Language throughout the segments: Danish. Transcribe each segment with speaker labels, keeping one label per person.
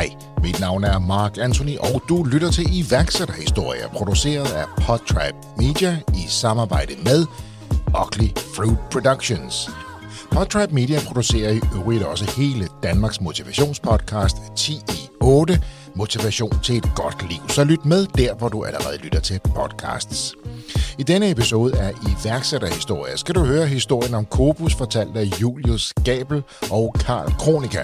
Speaker 1: Hej, mit navn er Mark Anthony, og du lytter til iværksætterhistorier, produceret af Podtribe Media i samarbejde med Ugly Fruit Productions. Podtribe Media producerer i øvrigt også hele Danmarks motivationspodcast 10 i 8, Motivation til et godt liv. Så lyt med der, hvor du allerede lytter til podcasts. I denne episode af iværksætterhistorier skal du høre historien om Cobus, fortalt af Julius Gabel og Karl Kronika.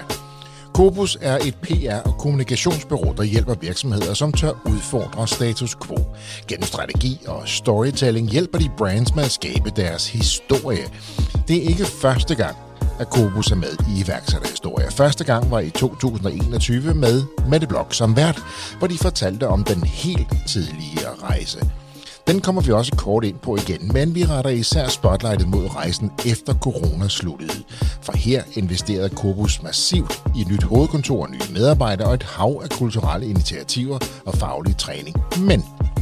Speaker 1: Cobus er et PR- og kommunikationsbureau, der hjælper virksomheder, som tør udfordre status quo. Gennem strategi og storytelling hjælper de brands med at skabe deres historie. Det er ikke første gang, at Cobus er med i iværksætterhistorier. Første gang var i 2021 med Mette Bloch som vært, hvor de fortalte om den helt tidligere rejse. Den kommer vi også kort ind på igen, men vi retter især spotlightet mod rejsen efter corona sluttede. For her investerede Cobus massivt i et nyt hovedkontor, nye medarbejdere og et hav af kulturelle initiativer og faglig træning. Men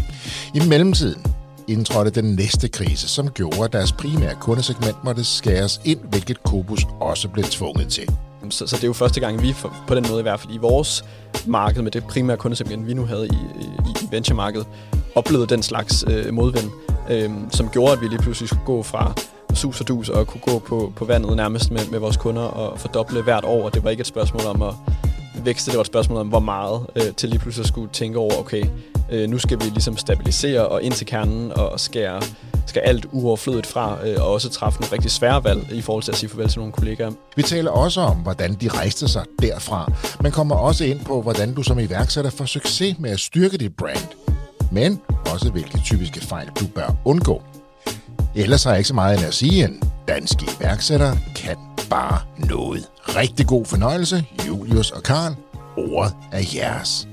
Speaker 1: i mellemtiden indtrådte den næste krise, som gjorde, at deres primære kundesegment måtte skæres ind, hvilket Cobus også blev tvunget til.
Speaker 2: Så det er jo første gang, vi på den måde i hvert fald i vores marked med det primære kundesegment, vi nu havde i venturemarkedet, oplevede den slags modvind, som gjorde, at vi lige pludselig skulle gå fra sus og dus og kunne gå på vandet nærmest med vores kunder og fordoble hvert år. Det var ikke et spørgsmål om at vækste, det var et spørgsmål om hvor meget, til lige pludselig skulle tænke over, okay, nu skal vi ligesom stabilisere og ind til kernen og skære alt uoverflødigt fra, og også træffe nogle rigtig svære valg i forhold til at sige farvel til nogle kollegaer.
Speaker 1: Vi taler også om, hvordan de rejste sig derfra, men kommer også ind på, hvordan du som iværksætter får succes med at styrke dit brand, men også hvilke typiske fejl du bør undgå. Ellers har jeg ikke så meget end at sige, en dansk iværksætter kan bare noget. Rigtig god fornøjelse, Julius og Karl. Ordet er jeres.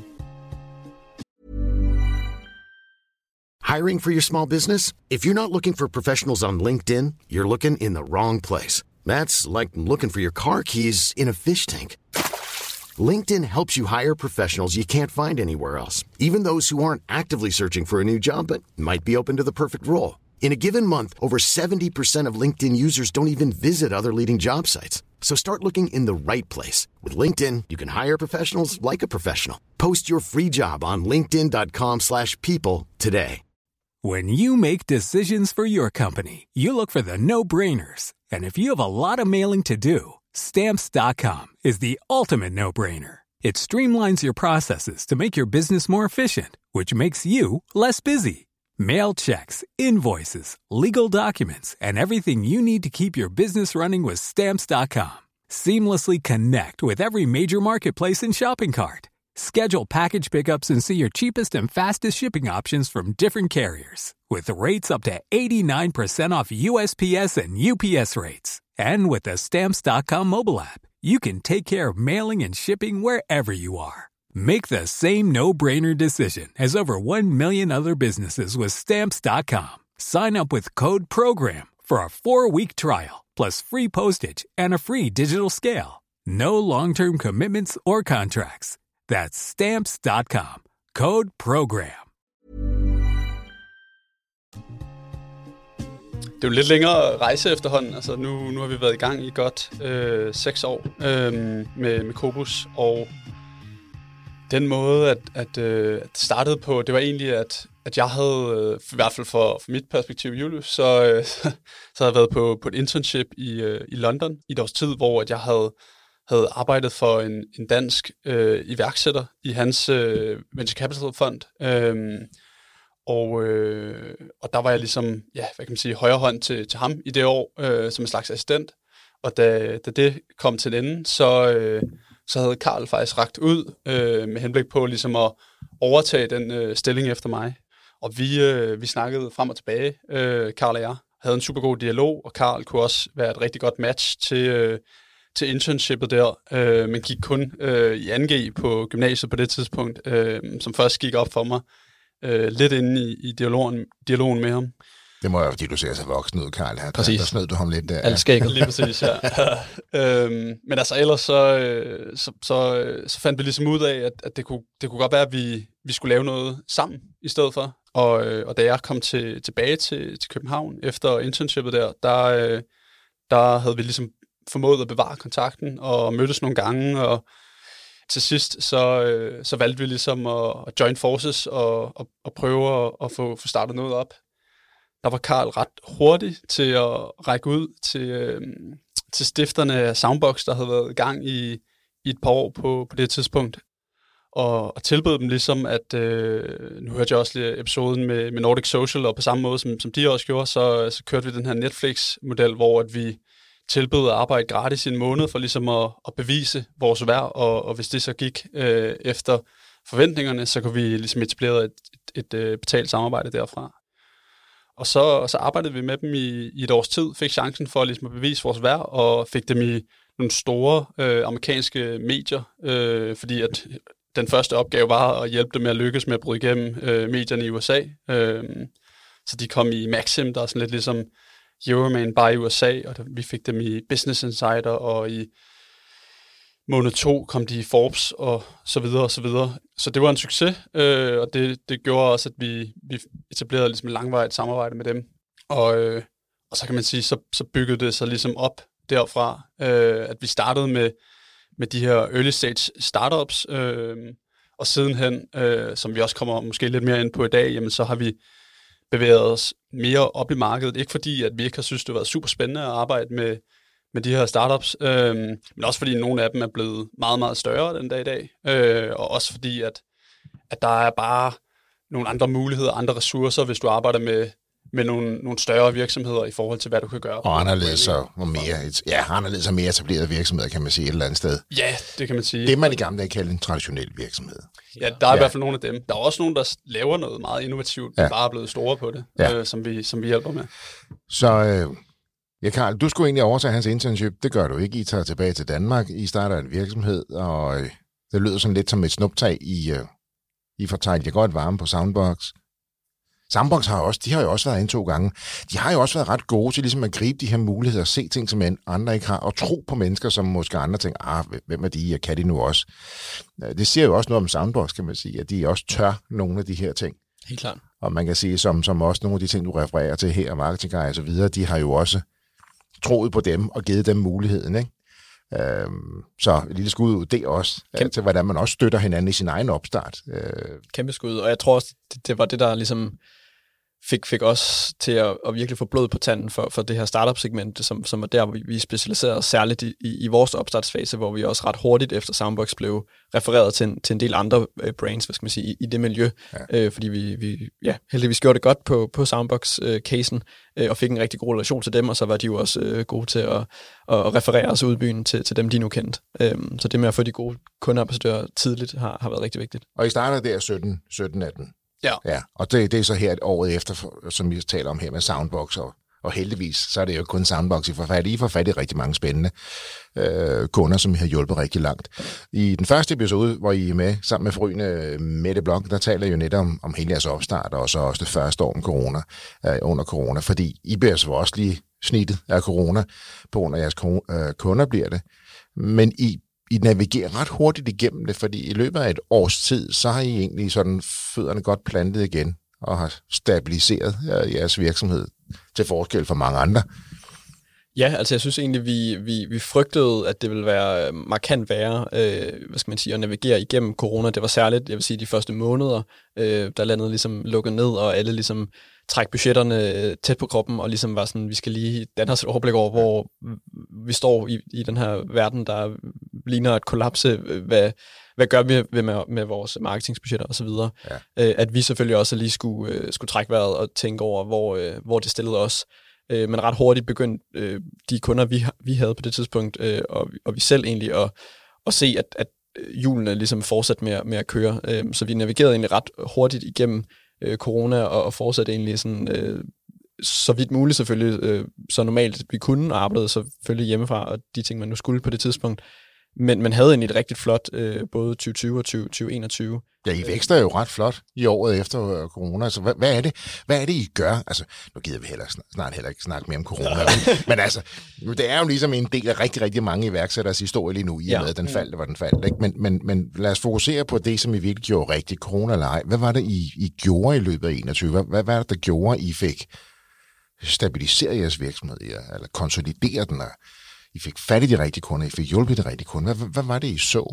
Speaker 3: Hiring for your small business? If you're not looking for professionals on LinkedIn, you're looking in the wrong place. That's like looking for your car keys in a fish tank. LinkedIn helps you hire professionals you can't find anywhere else, even those who aren't actively searching for a new job but might be open to the perfect role. In a given month, over 70% of LinkedIn users don't even visit other leading job sites. So start looking in the right place. With LinkedIn, you can hire professionals like a professional. Post your free job on linkedin.com/people today.
Speaker 4: When you make decisions for your company, you look for the no-brainers. And if you have a lot of mailing to do, Stamps.com is the ultimate no-brainer. It streamlines your processes to make your business more efficient, which makes you less busy. Mail checks, invoices, legal documents, and everything you need to keep your business running with Stamps.com. Seamlessly connect with every major marketplace and shopping cart. Schedule package pickups and see your cheapest and fastest shipping options from different carriers. With rates up to 89% off USPS and UPS rates. And with the Stamps.com mobile app, you can take care of mailing and shipping wherever you are. Make the same no-brainer decision as over 1 million other businesses with Stamps.com. Sign up with code PROGRAM for a 4-week trial, plus free postage and a free digital scale. No long-term commitments or contracts. That's Stamps.com. Code PROGRAM.
Speaker 5: Det er jo lidt længere rejse efterhånden. Altså nu har vi været i gang i godt 6 år med Cobus, og den måde, at startede på, det var egentlig, at jeg havde, i hvert fald for mit perspektiv, Julius, så havde jeg været på et internship i London i et års tid, hvor at jeg havde arbejdet for en dansk iværksætter i hans venture capital fond. Og der var jeg ligesom, ja, hvad kan man sige, højre hånd til ham i det år, som en slags assistent. Og da det kom til ende, så havde Karl faktisk rakt ud med henblik på ligesom at overtage den stilling efter mig. Og vi snakkede frem og tilbage, Karl og jeg. Havde en super god dialog, og Karl kunne også være et rigtig godt match til internshipet der, men gik kun i 2G på gymnasiet på det tidspunkt, som først gik op for mig lidt inde i dialogen med ham.
Speaker 1: Det må være, fordi du ser så voksen ud, Karl.
Speaker 2: Præcis.
Speaker 1: Der snød du ham lidt der.
Speaker 2: Alt skægget.
Speaker 5: Lige præcis, ja. Men altså ellers så fandt vi ligesom ud af, at det kunne godt være, at vi skulle lave noget sammen i stedet for. Og da jeg kom tilbage til København efter internshipet der havde vi ligesom formået at bevare kontakten og mødtes nogle gange, og til sidst, så valgte vi ligesom at join forces og prøve at få startet noget op. Der var Carl ret hurtig til at række ud til stifterne af Soundbox, der havde været i gang i et par år på det tidspunkt. Og tilbød dem ligesom, at nu hørte jeg også lige episoden med Nordic Social, og på samme måde som de også gjorde, så kørte vi den her Netflix-model, hvor at vi tilbød at arbejde gratis i en måned for ligesom at bevise vores værd, og hvis det så gik efter forventningerne, så kunne vi ligesom etablere et betalt samarbejde derfra. Og så arbejdede vi med dem i et års tid, fik chancen for ligesom at bevise vores værd, og fik dem i nogle store amerikanske medier, fordi at den første opgave var at hjælpe dem med at lykkes med at bryde igennem medierne i USA. Så de kom i Maxim, der er sådan lidt ligesom Euroman bare i USA, og vi fik dem i Business Insider, og i måned 2 kom de i Forbes, og så videre og så videre. Så det var en succes, og det gjorde også, at vi etablerede ligesom et langvarigt samarbejde med dem. Og så kan man sige, så byggede det sig ligesom op derfra, at vi startede med de her early stage startups, og sidenhen, som vi også kommer måske lidt mere ind på i dag, jamen så har vi bevæget os mere op i markedet. Ikke fordi, at vi ikke har synes, det har været super spændende at arbejde med de her startups, men også fordi nogle af dem er blevet meget, meget større den dag i dag, og også fordi, at der er bare nogle andre muligheder, andre ressourcer, hvis du arbejder med nogle større virksomheder i forhold til, hvad du kan gøre.
Speaker 1: Og anderledes og mere etablerede virksomheder, kan man sige, et eller andet sted.
Speaker 5: Ja, det kan man sige.
Speaker 1: Det man i gamle dage kaldte en traditionel virksomhed.
Speaker 5: Ja, der er i hvert fald nogle af dem. Der er også nogle, der laver noget meget innovativt, der bare er blevet store på det, som vi hjælper med.
Speaker 1: Så Carl, du skulle egentlig overtage hans internship. Det gør du ikke. I tager tilbage til Danmark. I starter en virksomhed, og det lyder sådan lidt som et snuptag. I fortæller jer godt varme på Soundbox. Soundbox har jo også været ind 2 gange. De har jo også været ret gode til ligesom at gribe de her muligheder og se ting, som andre ikke har, og tro på mennesker, som måske andre tænker, hvem er de, og kan de nu også? Det siger jo også noget om Soundbox, kan man sige, at de også tør nogle af de her ting.
Speaker 2: Helt klart.
Speaker 1: Og man kan sige, som også nogle af de ting, du refererer til her, Marketing Guy og så videre, de har jo også troet på dem og givet dem muligheden, ikke? Så et lille skud ud det også, til hvordan man også støtter hinanden i sin egen opstart.
Speaker 2: Kæmpe skud, og jeg tror også, det var det, der ligesom fik os til at virkelig få blod på tanden for det her startup-segment, som var der, hvor vi specialiserede os særligt i vores opstartsfase, hvor vi også ret hurtigt efter Soundbox blev refereret til en del andre brands, hvad skal man sige, i det miljø, fordi vi heldigvis gjorde det godt på Soundbox-casen, og fik en rigtig god relation til dem, og så var de jo også gode til at referere os ud i byen til dem, de nu kendte. Så det med at få de gode kundeambassadører tidligt har været rigtig vigtigt.
Speaker 1: Og I startede der 17-18. Ja, og det er så her et året efter, som vi taler om her med Soundbox, og heldigvis, så er det jo kun Soundbox, I får fat i rigtig mange spændende kunder, som I har hjulpet rigtig langt. I den første episode, hvor I er med sammen med frøene Mette Blok, der taler I jo netop om hele jeres opstart, og så også det første år om under corona, fordi I bliver så også lige snittet af corona, på grund af jeres kunder bliver det, men I navigerer ret hurtigt igennem det, fordi i løbet af et års tid, så har I egentlig sådan fødderne godt plantet igen, og har stabiliseret jeres virksomhed til forskel for mange andre.
Speaker 2: Ja, altså jeg synes egentlig, vi frygtede, at det ville være markant værre, hvad skal man sige, at navigere igennem corona. Det var særligt, jeg vil sige, de første måneder, der landet ligesom lukket ned, og alle ligesom træk budgetterne tæt på kroppen, og ligesom var sådan, vi skal lige danne os et overblik over, hvor vi står i den her verden, der ligner et kollapse. Hvad gør vi med vores marketingsbudgetter og så videre? Ja. At vi selvfølgelig også lige skulle trække vejret og tænke over, hvor det stillede os. Men ret hurtigt begyndte de kunder, vi havde på det tidspunkt, og vi selv egentlig at se, at hjulene ligesom fortsatte med at køre. Så vi navigerede egentlig ret hurtigt igennem corona og fortsatte egentlig sådan, så vidt muligt selvfølgelig, så normalt vi kunne, og arbejdede selvfølgelig hjemmefra, og de ting, man nu skulle på det tidspunkt. Men man havde egentlig et rigtig flot, både 2020 og 2021.
Speaker 1: Ja, I vækster jo ret flot i året efter corona. Altså, hvad er det, I gør? Altså, nu gider vi snart heller ikke snakke mere om corona. Men altså, det er jo ligesom en del af rigtig, rigtig mange iværksætteres historie lige nu, i og med, at den faldt, hvor den faldt. Ikke? Men lad os fokusere på det, som I virkelig gjorde rigtigt, corona eller ej. Hvad var det, I gjorde i løbet af 21? Hvad var det, der gjorde, I fik stabiliseret jeres virksomhed, eller konsolideret den, og I fik fat i de rigtige kunder, I fik hjulpet de rigtige kunder? Hvad var det, I så?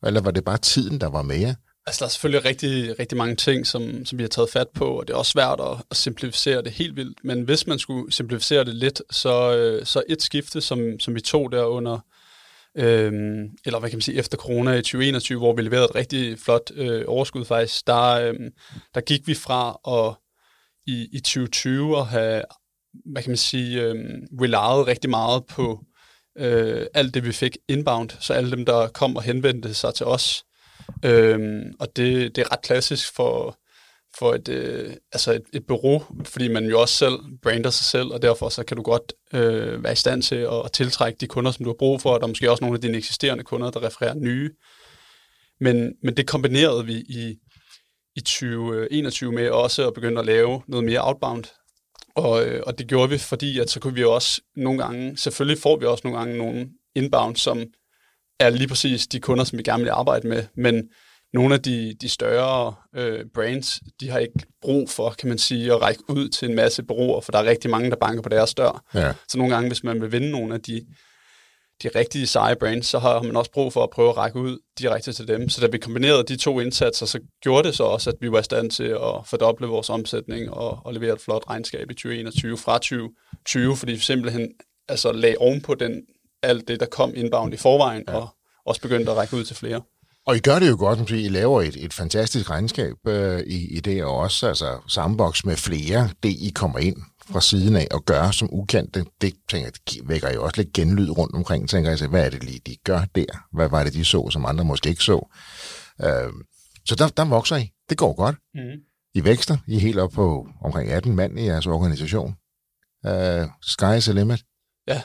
Speaker 1: Eller var det bare tiden, der var mere?
Speaker 5: Altså, der er selvfølgelig rigtig, rigtig mange ting, som vi har taget fat på, og det er også svært at simplificere det helt vildt. Men hvis man skulle simplificere det lidt, så et skifte, som vi tog der under, eller hvad kan man sige, efter corona i 2021, hvor vi leverede et rigtig flot overskud faktisk, der gik vi fra at i 2020 at have, hvad kan man sige, relied rigtig meget på alt det, vi fik inbound, så alle dem, der kom og henvendte sig til os. Og det er ret klassisk for et bureau, fordi man jo også selv brander sig selv, og derfor så kan du godt være i stand til at tiltrække de kunder, som du har brug for, og der er måske også nogle af dine eksisterende kunder, der refererer nye. Men det kombinerede vi i 2021 med også at begynde at lave noget mere outbound. Og det gjorde vi, fordi at så kunne vi jo også nogle gange, selvfølgelig får vi også nogle gange nogle inbound, som er lige præcis de kunder, som vi gerne vil arbejde med, men nogle af de større brands, de har ikke brug for, kan man sige, at række ud til en masse bureauer, for der er rigtig mange, der banker på deres dør. Ja. Så nogle gange, hvis man vil vinde nogle af de rigtige seje brands, så har man også brug for at prøve at række ud direkte til dem. Så da vi kombinerede de to indsatser, så gjorde det så også, at vi var i stand til at fordoble vores omsætning og levere et flot regnskab i 2021 fra 2020, fordi vi simpelthen lagde ovenpå alt det, der kom inbound i forvejen, og også begyndte at række ud til flere.
Speaker 1: Og I gør det jo godt, som I laver et fantastisk regnskab i det, og også altså sammenboks med flere, det I kommer ind fra siden af og gør som ukendte, det tænker jeg, vækker jo også lidt genlyd rundt omkring, tænker jeg, hvad er det lige, de gør der? Hvad var det, de så, som andre måske ikke så? Så der vokser I. Det går godt. Mm. I vækster. I er helt op på omkring 18 mand i jeres organisation. Sky is the limit.
Speaker 5: Ja.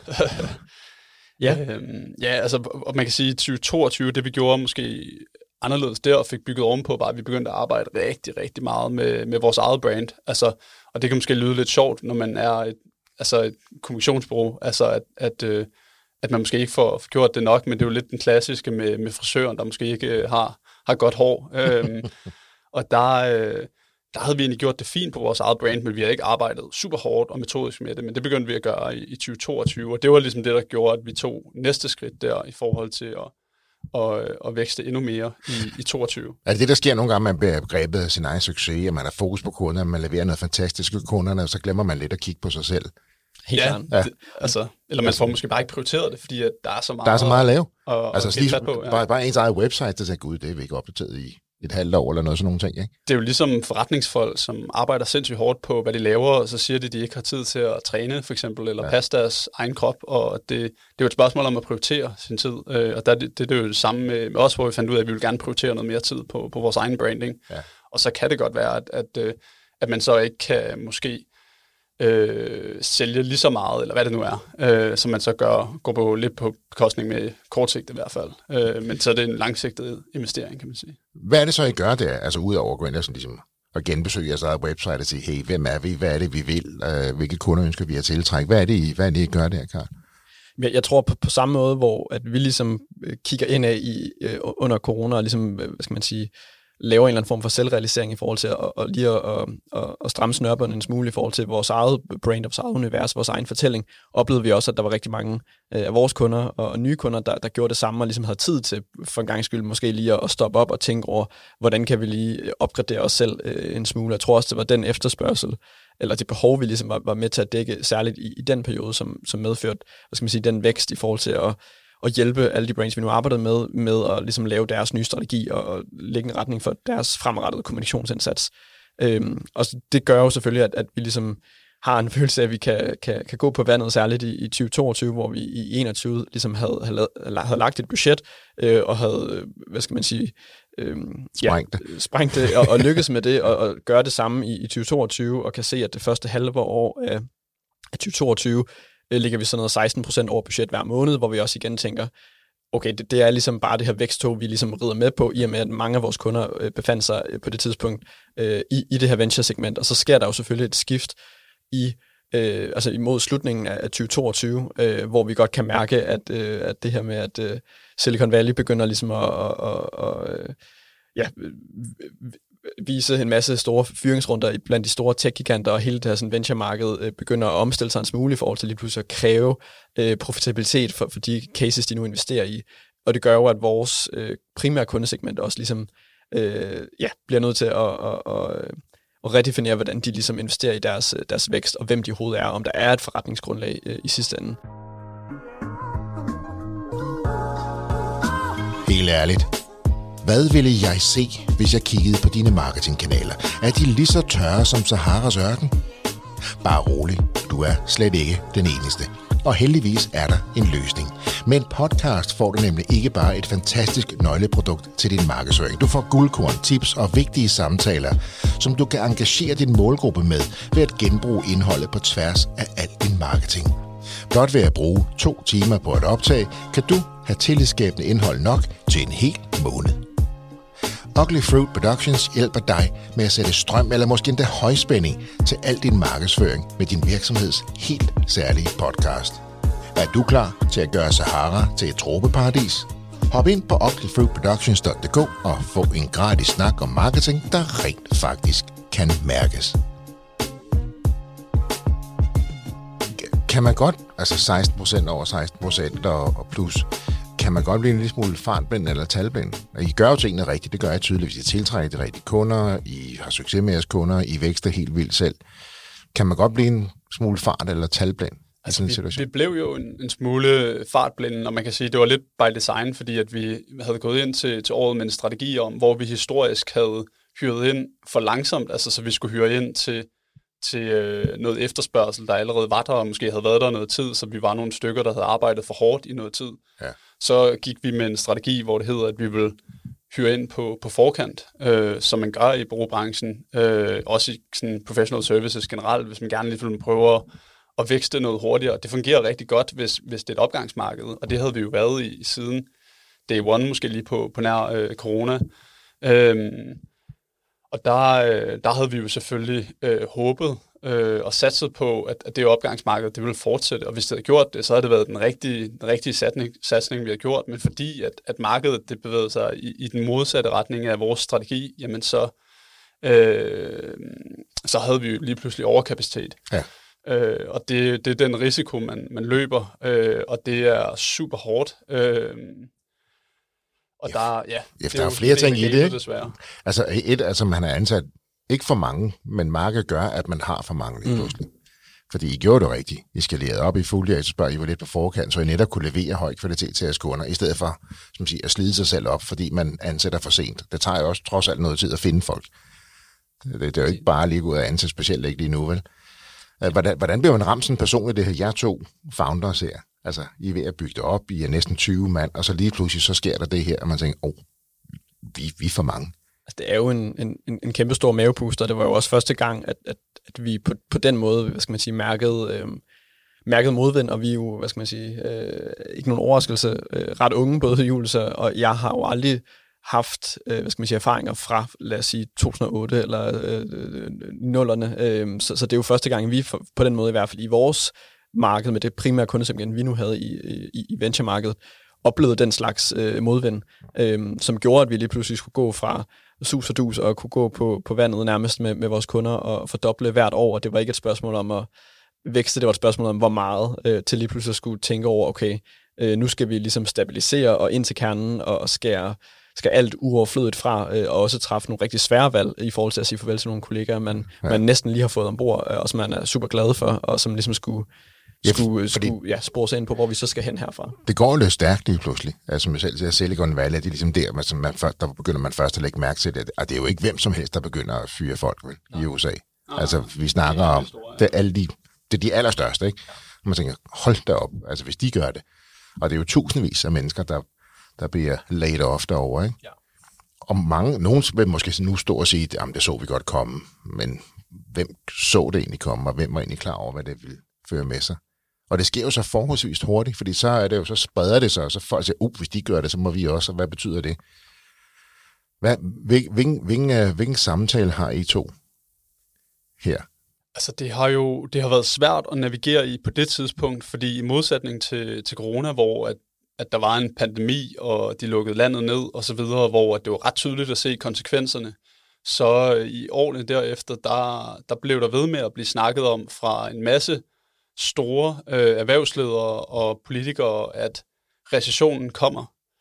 Speaker 5: Og man kan sige, at 2022, det vi gjorde måske anderledes der, og fik bygget ovenpå, var, at vi begyndte at arbejde rigtig, rigtig meget med vores eget brand. Og det kan måske lyde lidt sjovt, når man er et kommunikationsbureau, at man måske ikke får gjort det nok, men det er jo lidt den klassiske med frisøren, der måske ikke har godt hår. Og der havde vi egentlig gjort det fint på vores eget brand, men vi har ikke arbejdet super hårdt og metodisk med det, men det begyndte vi at gøre i 2022, og det var ligesom det, der gjorde, at vi tog næste skridt der i forhold til at vækste endnu mere i 22.
Speaker 1: Er det det, der sker nogle gange, man bliver grebet af sin egen succes, at man har fokus på kunderne, man leverer noget fantastisk til kunderne, og så glemmer man lidt at kigge på sig selv?
Speaker 2: Helt klart.
Speaker 5: Ja. Eller man får måske bare ikke prioriteret det, fordi at der er så meget,
Speaker 1: at lave.
Speaker 5: På,
Speaker 1: bare ens eget website, der siger, gud, det er vi ikke opdateret i et halvt år eller noget sådan nogle ting, ikke?
Speaker 5: Det er jo ligesom forretningsfolk, som arbejder sindssygt hårdt på, hvad de laver, og så siger de ikke har tid til at træne, for eksempel, eller passe deres egen krop, og det er jo et spørgsmål om at prioritere sin tid, og det er jo det samme med os, hvor vi fandt ud af, at vi vil gerne prioritere noget mere tid på vores egen branding, og så kan det godt være, at man så ikke kan måske sælge lige så meget, eller hvad det nu er, som man så går på lidt på bekostning med kortsigt i hvert fald. Men så er det en langsigtet investering, kan man sige.
Speaker 1: Hvad er det så, I gør der? Altså udover at gå ind og sådan, ligesom, at genbesøge jeres eget website og sige, hey, hvem er vi? Hvad er det, vi vil? Hvilke kunder ønsker vi at tiltrække? Hvad er det, I gør der, Karl?
Speaker 2: Jeg tror på samme måde, hvor at vi ligesom kigger ind af under corona og ligesom, hvad skal man sige, laver en eller anden form for selvrealisering i forhold til at stramme snørbånden en smule i forhold til vores eget brand, vores eget univers, vores egen fortælling, oplevede vi også, at der var rigtig mange af vores kunder og nye kunder, der gjorde det samme og ligesom havde tid til for en gang skyld måske lige at stoppe op og tænke over, hvordan kan vi lige opgradere os selv en smule. Jeg tror også, det var den efterspørgsel, eller det behov, vi ligesom var med til at dække, særligt i den periode, som medførte, hvad skal man sige, den vækst i forhold til at hjælpe alle de brands, vi nu arbejder med at ligesom lave deres nye strategi og lægge en retning for deres fremadrettede kommunikationsindsats. Og det gør jo selvfølgelig, at vi ligesom har en følelse af, at vi kan gå på vandet, særligt i 2022, hvor vi i 2021 ligesom havde lagt et budget og havde, hvad skal man sige, sprængt det og lykkes med det og gøre det samme i 2022 og kan se, at det første halve år af 2022 ligger vi sådan noget 16% over budget hver måned, hvor vi også igen tænker, okay, det er ligesom bare det her væksttog, vi ligesom rider med på, i og med, at mange af vores kunder befandt sig på det tidspunkt i det her venture-segment, og så sker der jo selvfølgelig et skift imod slutningen af 2022, hvor vi godt kan mærke, at det her med, at Silicon Valley begynder ligesom at vise en masse store fyringsrunder blandt de store tech-giganter, og hele det her sådan venture-marked begynder at omstille sig en smule i forhold til lige pludselig at kræve profitabilitet for de cases, de nu investerer i. Og det gør jo, at vores primære kundesegment også ligesom bliver nødt til at redefinere, hvordan de ligesom investerer i deres vækst, og hvem de overhovedet er, om der er et forretningsgrundlag i sidste ende.
Speaker 1: Helt ærligt. Hvad ville jeg se, hvis jeg kiggede på dine marketingkanaler? Er de lige så tørre som Saharas ørken? Bare rolig, du er slet ikke den eneste. Og heldigvis er der en løsning. Med en podcast får du nemlig ikke bare et fantastisk nøgleprodukt til din markedsføring. Du får guldkorn, tips og vigtige samtaler, som du kan engagere din målgruppe med ved at genbruge indholdet på tværs af al din marketing. Blot ved at bruge 2 timer på at optage, kan du have tillidsskabende indhold nok til en hel måned. Ugly Fruit Productions hjælper dig med at sætte strøm eller måske endda højspænding til al din markedsføring med din virksomheds helt særlige podcast. Er du klar til at gøre Sahara til et tropeparadis? Hop ind på uglyfruitproductions.dk og få en gratis snak om marketing, der rent faktisk kan mærkes. Kan man godt, altså 16% over 16% og plus, kan man godt blive en lille smule fartblind eller talblind? I gør jo tingene rigtigt, det gør jeg tydeligt, hvis I tiltrækker de rigtige kunder, I har succes med jeres kunder, I vækster helt vildt selv. Kan man godt blive en smule fart eller talblind?
Speaker 5: Altså, vi blev jo en smule fartblinde, og man kan sige, at det var lidt by design, fordi at vi havde gået ind til året med en strategi om, hvor vi historisk havde hyret ind for langsomt, altså så vi skulle hyre ind til noget efterspørgsel, der allerede var der, og måske havde været der noget tid, så vi var nogle stykker, der havde arbejdet for hårdt i noget tid. Ja. Så gik vi med en strategi, hvor det hedder, at vi vil hyre ind på forkant, som man gør i bureaubranchen, også i sådan professional services generelt, hvis man gerne lige vil prøve at vækste noget hurtigere. Det fungerer rigtig godt, hvis det er et opgangsmarked, og det havde vi jo været i siden day one, måske lige på nær corona. Og der havde vi jo selvfølgelig håbet og satset på, at det opgangsmarked det ville fortsætte. Og hvis det havde gjort det, så havde det været den rigtige satsning, vi har gjort. Men fordi at markedet det bevægede sig i den modsatte retning af vores strategi, jamen så havde vi jo lige pludselig overkapacitet. Ja. Og det er den risiko, man løber, og det er super hårdt. Og der er
Speaker 1: flere ting i det, ikke? Desværre. Altså man har ansat ikke for mange, men markedet gør, at man har for mange lige pludselig. Fordi I gjorde det rigtigt. I skalerede op i fuldt efterspørg, I var lidt på forkant, så I netop kunne levere høj kvalitet til jeres kunder, i stedet for som siger, at slide sig selv op, fordi man ansætter for sent. Det tager jo også trods alt noget tid at finde folk. Det er jo ikke bare lige ud af ansætte, specielt ikke lige nu, vel? Hvordan bliver man ramt sådan personligt, det her jer 2 founders her? Altså, I er ved at bygge det op, I er næsten 20 mand, og så lige pludselig så sker der det her, og man tænker, vi er for mange.
Speaker 2: Altså, det er jo en kæmpe stor mavepuster. Det var jo også første gang, at vi på den måde, hvad skal man sige, mærkede modvind, og vi er jo, hvad skal man sige, ikke nogen overraskelse, ret unge, både Jules og jeg har jo aldrig haft, hvad skal man sige, erfaringer fra, lad os sige, 2008 eller 0'erne. Så det er jo første gang, vi på den måde i hvert fald i vores marked med det primære kundesegment, vi nu havde i venture-markedet, oplevede den slags modvind, som gjorde, at vi lige pludselig skulle gå fra sus og dus og kunne gå på vandet nærmest med vores kunder og fordoble hvert år, og det var ikke et spørgsmål om at vækste, det var et spørgsmål om, hvor meget, til lige pludselig skulle tænke over, okay, nu skal vi ligesom stabilisere og ind til kernen og skære alt uoverflødigt fra, og også træffe nogle rigtig svære valg i forhold til at sige farvel til nogle kollegaer, man næsten lige har fået ombord, og som man er super glad for, og som ligesom skulle spore sig ind på, hvor vi så skal hen herfra.
Speaker 1: Det går jo lidt stærkt lige pludselig. Altså, som jeg selv siger, Silicon Valley, det er ligesom der begynder man først at lægge mærke til det. Og det er jo ikke hvem som helst, der begynder at fyre folk i USA. Altså, vi snakker om, det er de allerstørste, ikke? Og man tænker, hold da op, altså hvis de gør det. Og det er jo tusindvis af mennesker, der bliver laid off derovre, ikke? Ja. Og nogen vil måske nu stå og sige, at det så vi godt komme, men hvem så det egentlig komme, og hvem var egentlig klar over, hvad det ville føre med sig? Og det sker jo så forholdsvis hurtigt, fordi så er det jo, så spreder det sig, og så folk siger, hvis de gør det, så må vi også, og hvad betyder det? Hvilken samtale har I 2 her?
Speaker 5: Altså det har været svært at navigere i på det tidspunkt, fordi i modsætning til corona, hvor at der var en pandemi, og de lukkede landet ned og så videre, hvor det var ret tydeligt at se konsekvenserne, så i årene derefter, der blev der ved med at blive snakket om fra en masse store erhvervsledere og politikere, at recessionen kommer.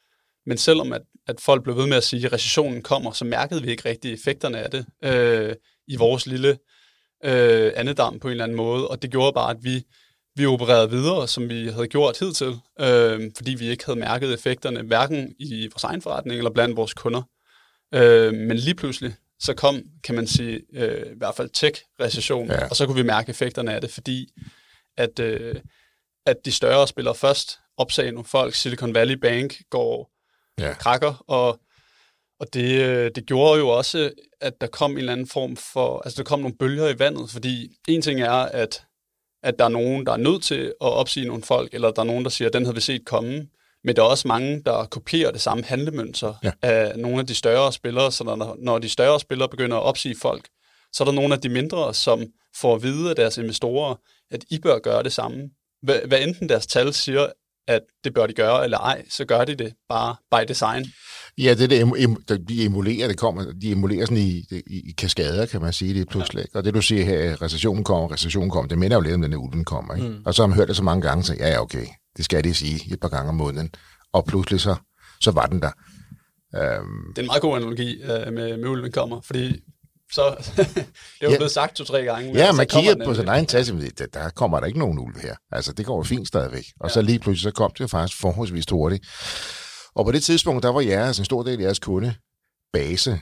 Speaker 5: Men selvom at folk blev ved med at sige, at recessionen kommer, så mærkede vi ikke rigtig effekterne af det i vores lille andedam på en eller anden måde. Og det gjorde bare, at vi opererede videre, som vi havde gjort hidtil, fordi vi ikke havde mærket effekterne, hverken i vores egen forretning eller blandt vores kunder. Men lige pludselig, så kom, kan man sige, i hvert fald tech-recessionen, og så kunne vi mærke effekterne af det, fordi at de større spillere først opsagde nogle folk, Silicon Valley Bank går krakker, og det gjorde jo også, at der kom en eller anden form for, altså der kom nogle bølger i vandet, fordi en ting er, at der er nogen, der er nødt til at opsige nogle folk, eller der er nogen, der siger, at den havde vi set komme, men der er også mange, der kopierer det samme handlemønster af nogle af de større spillere, så når de større spillere begynder at opsige folk, så er der nogle af de mindre, som får at vide af deres investorer, at I bør gøre det samme. Hvad enten deres tal siger, at det bør de gøre, eller ej, så gør de det bare by design.
Speaker 1: Ja, de emulerer sådan i kaskader, kan man sige, det pludselig. Og det du siger her, recessionen kommer, det minder jo lidt om, den der ulven kommer. Ikke? Og så har man hørt det så mange gange, så ja, okay, det skal de sige et par gange om måneden. Og pludselig så var den der.
Speaker 5: Det er en meget god analogi med ulven kommer, fordi så det er jo blevet sagt 2-3 gange.
Speaker 1: Ja, man kigger på sin egen tasse, der kommer der ikke nogen ulv her. Altså, det går fint stadigvæk. Og så lige pludselig, så kom det faktisk forholdsvis hurtigt. Og på det tidspunkt, der var en stor del af jeres kundebase,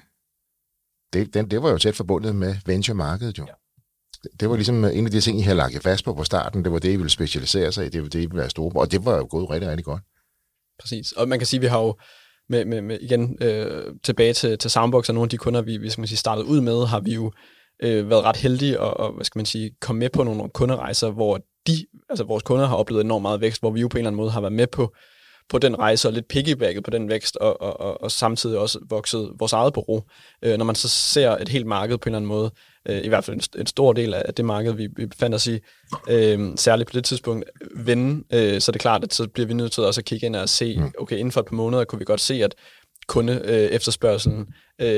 Speaker 1: det var jo tæt forbundet med venture-markedet jo. Ja. Det var ligesom en af de ting, I havde lagt fast på starten. Det var det, I ville specialisere sig i. Det var det, I ville være store på. Og det var jo gået rigtig, rigtig godt.
Speaker 2: Præcis. Og man kan sige, at vi har jo med igen tilbage til Soundbox og nogle af de kunder, vi skal man sige, startede ud med, har vi jo været ret heldige og hvad skal man sige, komme med på nogle kunderejser, hvor vores kunder har oplevet enormt meget vækst, hvor vi jo på en eller anden måde har været med på den rejse og lidt piggybacket på den vækst, og samtidig også vokset vores eget bureau. Når man så ser et helt marked på en eller anden måde, i hvert fald en stor del af det marked, vi befandt os i, særligt på det tidspunkt, vende, så det er klart, at så bliver vi nødt til også at kigge ind og se, okay, inden for et par måneder kunne vi godt se, at kunde efterspørgselen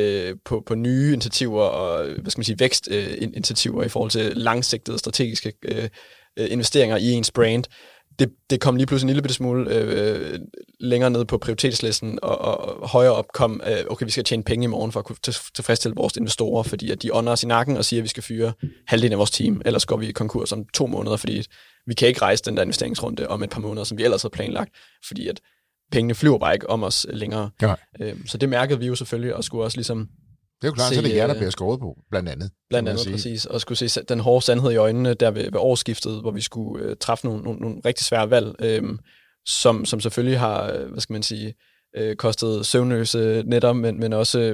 Speaker 2: på nye initiativer og hvad skal man sige, vækstinitiativer i forhold til langsigtede strategiske investeringer i ens brand, det kom lige pludselig en lille bitte smule længere ned på prioritetslisten, og højere op kom, okay, vi skal tjene penge i morgen for at kunne tilfredsstille vores investorer, fordi at de ånder os i nakken og siger, at vi skal fyre halvdelen af vores team, ellers går vi i konkurs om 2 måneder, fordi vi kan ikke rejse den der investeringsrunde om et par måneder, som vi ellers havde planlagt, fordi at pengene flyver bare ikke om os længere. Ja. Så det mærkede vi jo selvfølgelig, og skulle også ligesom
Speaker 1: det er jo klart, så det er jer, der bliver skåret på, blandt andet.
Speaker 2: Blandt andet, præcis. Og skulle se den hårde sandhed i øjnene der ved årsskiftet, hvor vi skulle træffe nogle rigtig svære valg, som selvfølgelig har, hvad skal man sige, kostet søvnløse nætter, men også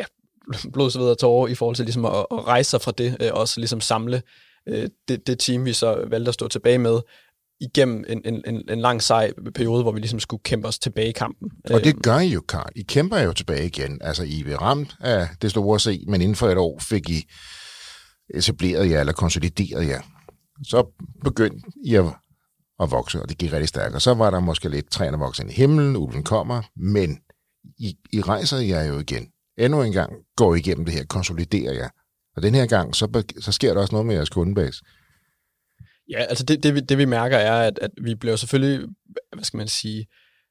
Speaker 2: blod, sved og tårer i forhold til ligesom at rejse sig fra det, også ligesom samle det team, vi så valgte at stå tilbage med, igennem en lang sej periode, hvor vi ligesom skulle kæmpe os tilbage i kampen.
Speaker 1: Og det gør I jo, Carl. I kæmper jo tilbage igen. Altså, I blev ramt af det store C, men inden for et år fik I etableret jer, eller konsolideret jer. Så begyndte I at vokse, og det gik rigtig stærkt. Og så var der måske lidt træerne vokset ind i himlen, ulven kommer, men I rejser jer jo igen. Endnu en gang går I igennem det her, konsoliderer jer. Og den her gang, så sker der også noget med jeres kundebase.
Speaker 2: Ja, altså det vi mærker er, at vi bliver selvfølgelig, hvad skal man sige,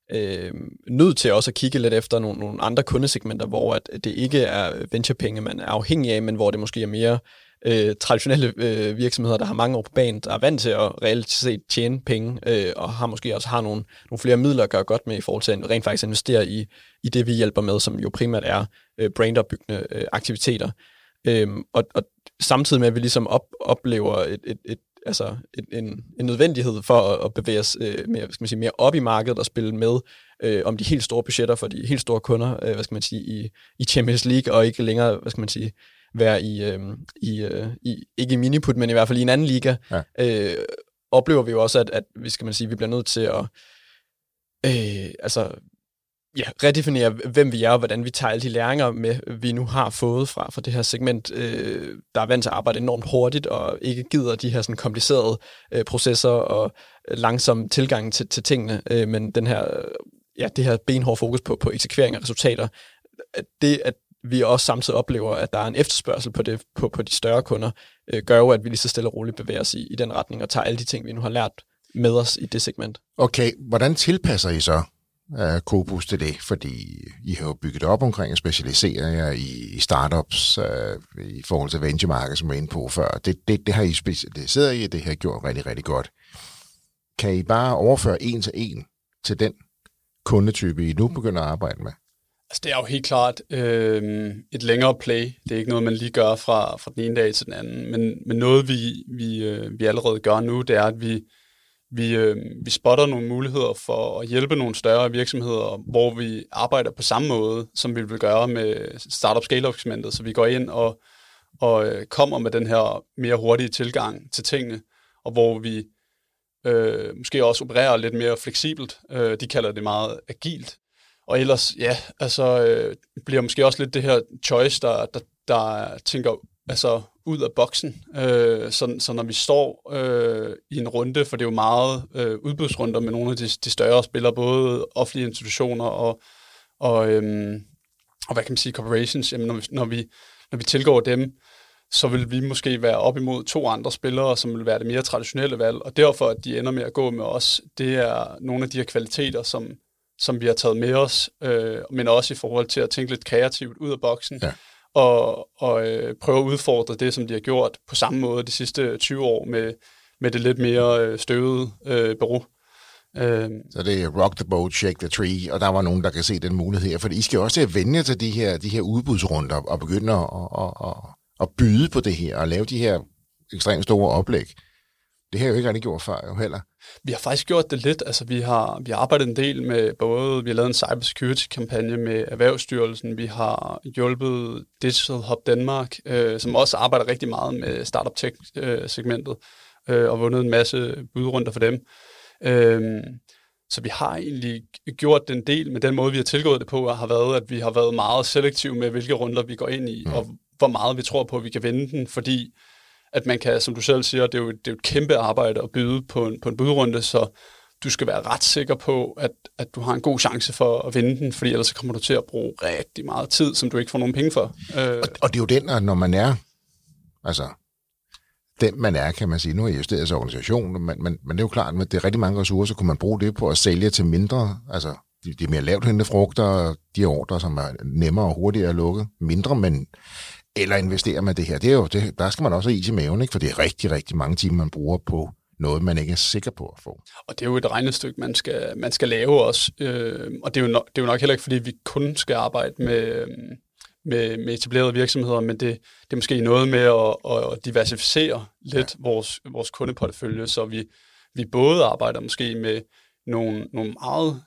Speaker 2: nødt til også at kigge lidt efter nogle andre kundesegmenter, hvor at det ikke er venturepenge, man er afhængig af, men hvor det måske er mere traditionelle virksomheder, der har mange år på banen, der er vant til at reelt set tjene penge, og har måske også nogle flere midler at gøre godt med i forhold til at rent faktisk investere i det, vi hjælper med, som jo primært er brandopbyggende aktiviteter. Og samtidig med, at vi ligesom oplever en nødvendighed for at bevæge os mere op i markedet og spille med om de helt store budgetter for de helt store kunder, i Champions League, og ikke længere, være ikke i miniput, men i hvert fald i en anden liga. Ja. Oplever vi jo også, at vi bliver nødt til at redefinere, hvem vi er, og hvordan vi tager alle de læringer med, vi nu har fået fra det her segment, der er vant til at arbejde enormt hurtigt, og ikke gider de her sådan komplicerede processer og langsom tilgang til tingene, men det her benhårde fokus på eksekvering af resultater, at vi også samtidig oplever, at der er en efterspørgsel på det på de større kunder, gør jo, at vi lige så stille og roligt bevæger os i den retning, og tager alle de ting, vi nu har lært med os i det segment.
Speaker 1: Okay, hvordan tilpasser I så Cobus til det, fordi I har jo bygget op omkring at specialisere jer i startups i forhold til venture-markedet, som jeg var inde på før. Det har I specialiseret i, og det har I gjort rigtig, rigtig godt. Kan I bare overføre en til den kundetype, I nu begynder at arbejde med?
Speaker 5: Altså, det er jo helt klart et længere play. Det er ikke noget, man lige gør fra den ene dag til den anden. Men noget, vi allerede gør nu, det er, at vi spotter nogle muligheder for at hjælpe nogle større virksomheder, hvor vi arbejder på samme måde, som vi vil gøre med Startup Scale-Up-segmentet. Så vi går ind og kommer med den her mere hurtige tilgang til tingene, og hvor vi måske også opererer lidt mere fleksibelt. De kalder det meget agilt. Og ellers, ja, altså bliver måske også lidt det her choice, der tænker altså ud af boksen. Så når vi står i en runde, for det er jo meget udbudsrunder med nogle af de større spillere, både offentlige institutioner og hvad kan man sige, corporations, jamen når vi tilgår dem, så vil vi måske være op imod 2 andre spillere, som vil være det mere traditionelle valg, og derfor at de ender med at gå med os, det er nogle af de her kvaliteter, som vi har taget med os, men også i forhold til at tænke lidt kreativt ud af boksen, ja. og prøve at udfordre det, som de har gjort på samme måde de sidste 20 år med det lidt mere støvede bureau.
Speaker 1: Så det er rock the boat, shake the tree, og der var nogen, der kan se den mulighed her, for I skal også vende til de her udbudsrunder og begynde at byde på det her og lave de her ekstremt store oplæg. Det har jeg jo ikke rigtig gjort før jo heller.
Speaker 5: Vi har faktisk gjort det lidt. Altså, vi har arbejdet en del med både, vi har lavet en cybersecurity-kampagne med Erhvervsstyrelsen, vi har hjulpet Digital Hub Danmark, som også arbejder rigtig meget med startup tech-segmentet, og vundet en masse budrunder for dem. Så vi har egentlig gjort den del, men den måde, vi har tilgået det på, har været, at vi har været meget selektive med, hvilke runder vi går ind i, og hvor meget vi tror på, at vi kan vinde den, fordi at man kan, som du selv siger, det er jo et kæmpe arbejde at byde på en budrunde, så du skal være ret sikker på, at du har en god chance for at vinde den, fordi ellers så kommer du til at bruge rigtig meget tid, som du ikke får nogen penge for.
Speaker 1: Og det er jo den, at når man er, altså den man er, kan man sige, nu er jeg justeret til organisation, men det er jo klart, at det er rigtig mange ressourcer, kunne man bruge det på at sælge til mindre, altså de mere lavt hængende frugter, de ordre, som er nemmere og hurtigere at lukke, mindre, men eller investere med det her. Det er jo det, der skal man også have is i maven, ikke? For det er rigtig, rigtig mange timer, man bruger på noget, man ikke er sikker på at få. Og
Speaker 5: det er jo et regnestykke, man skal lave også. Og det er jo nok heller ikke, fordi vi kun skal arbejde med etablerede virksomheder, men det er måske noget med at diversificere lidt vores kundeportefølje, så vi både arbejder måske med nogle meget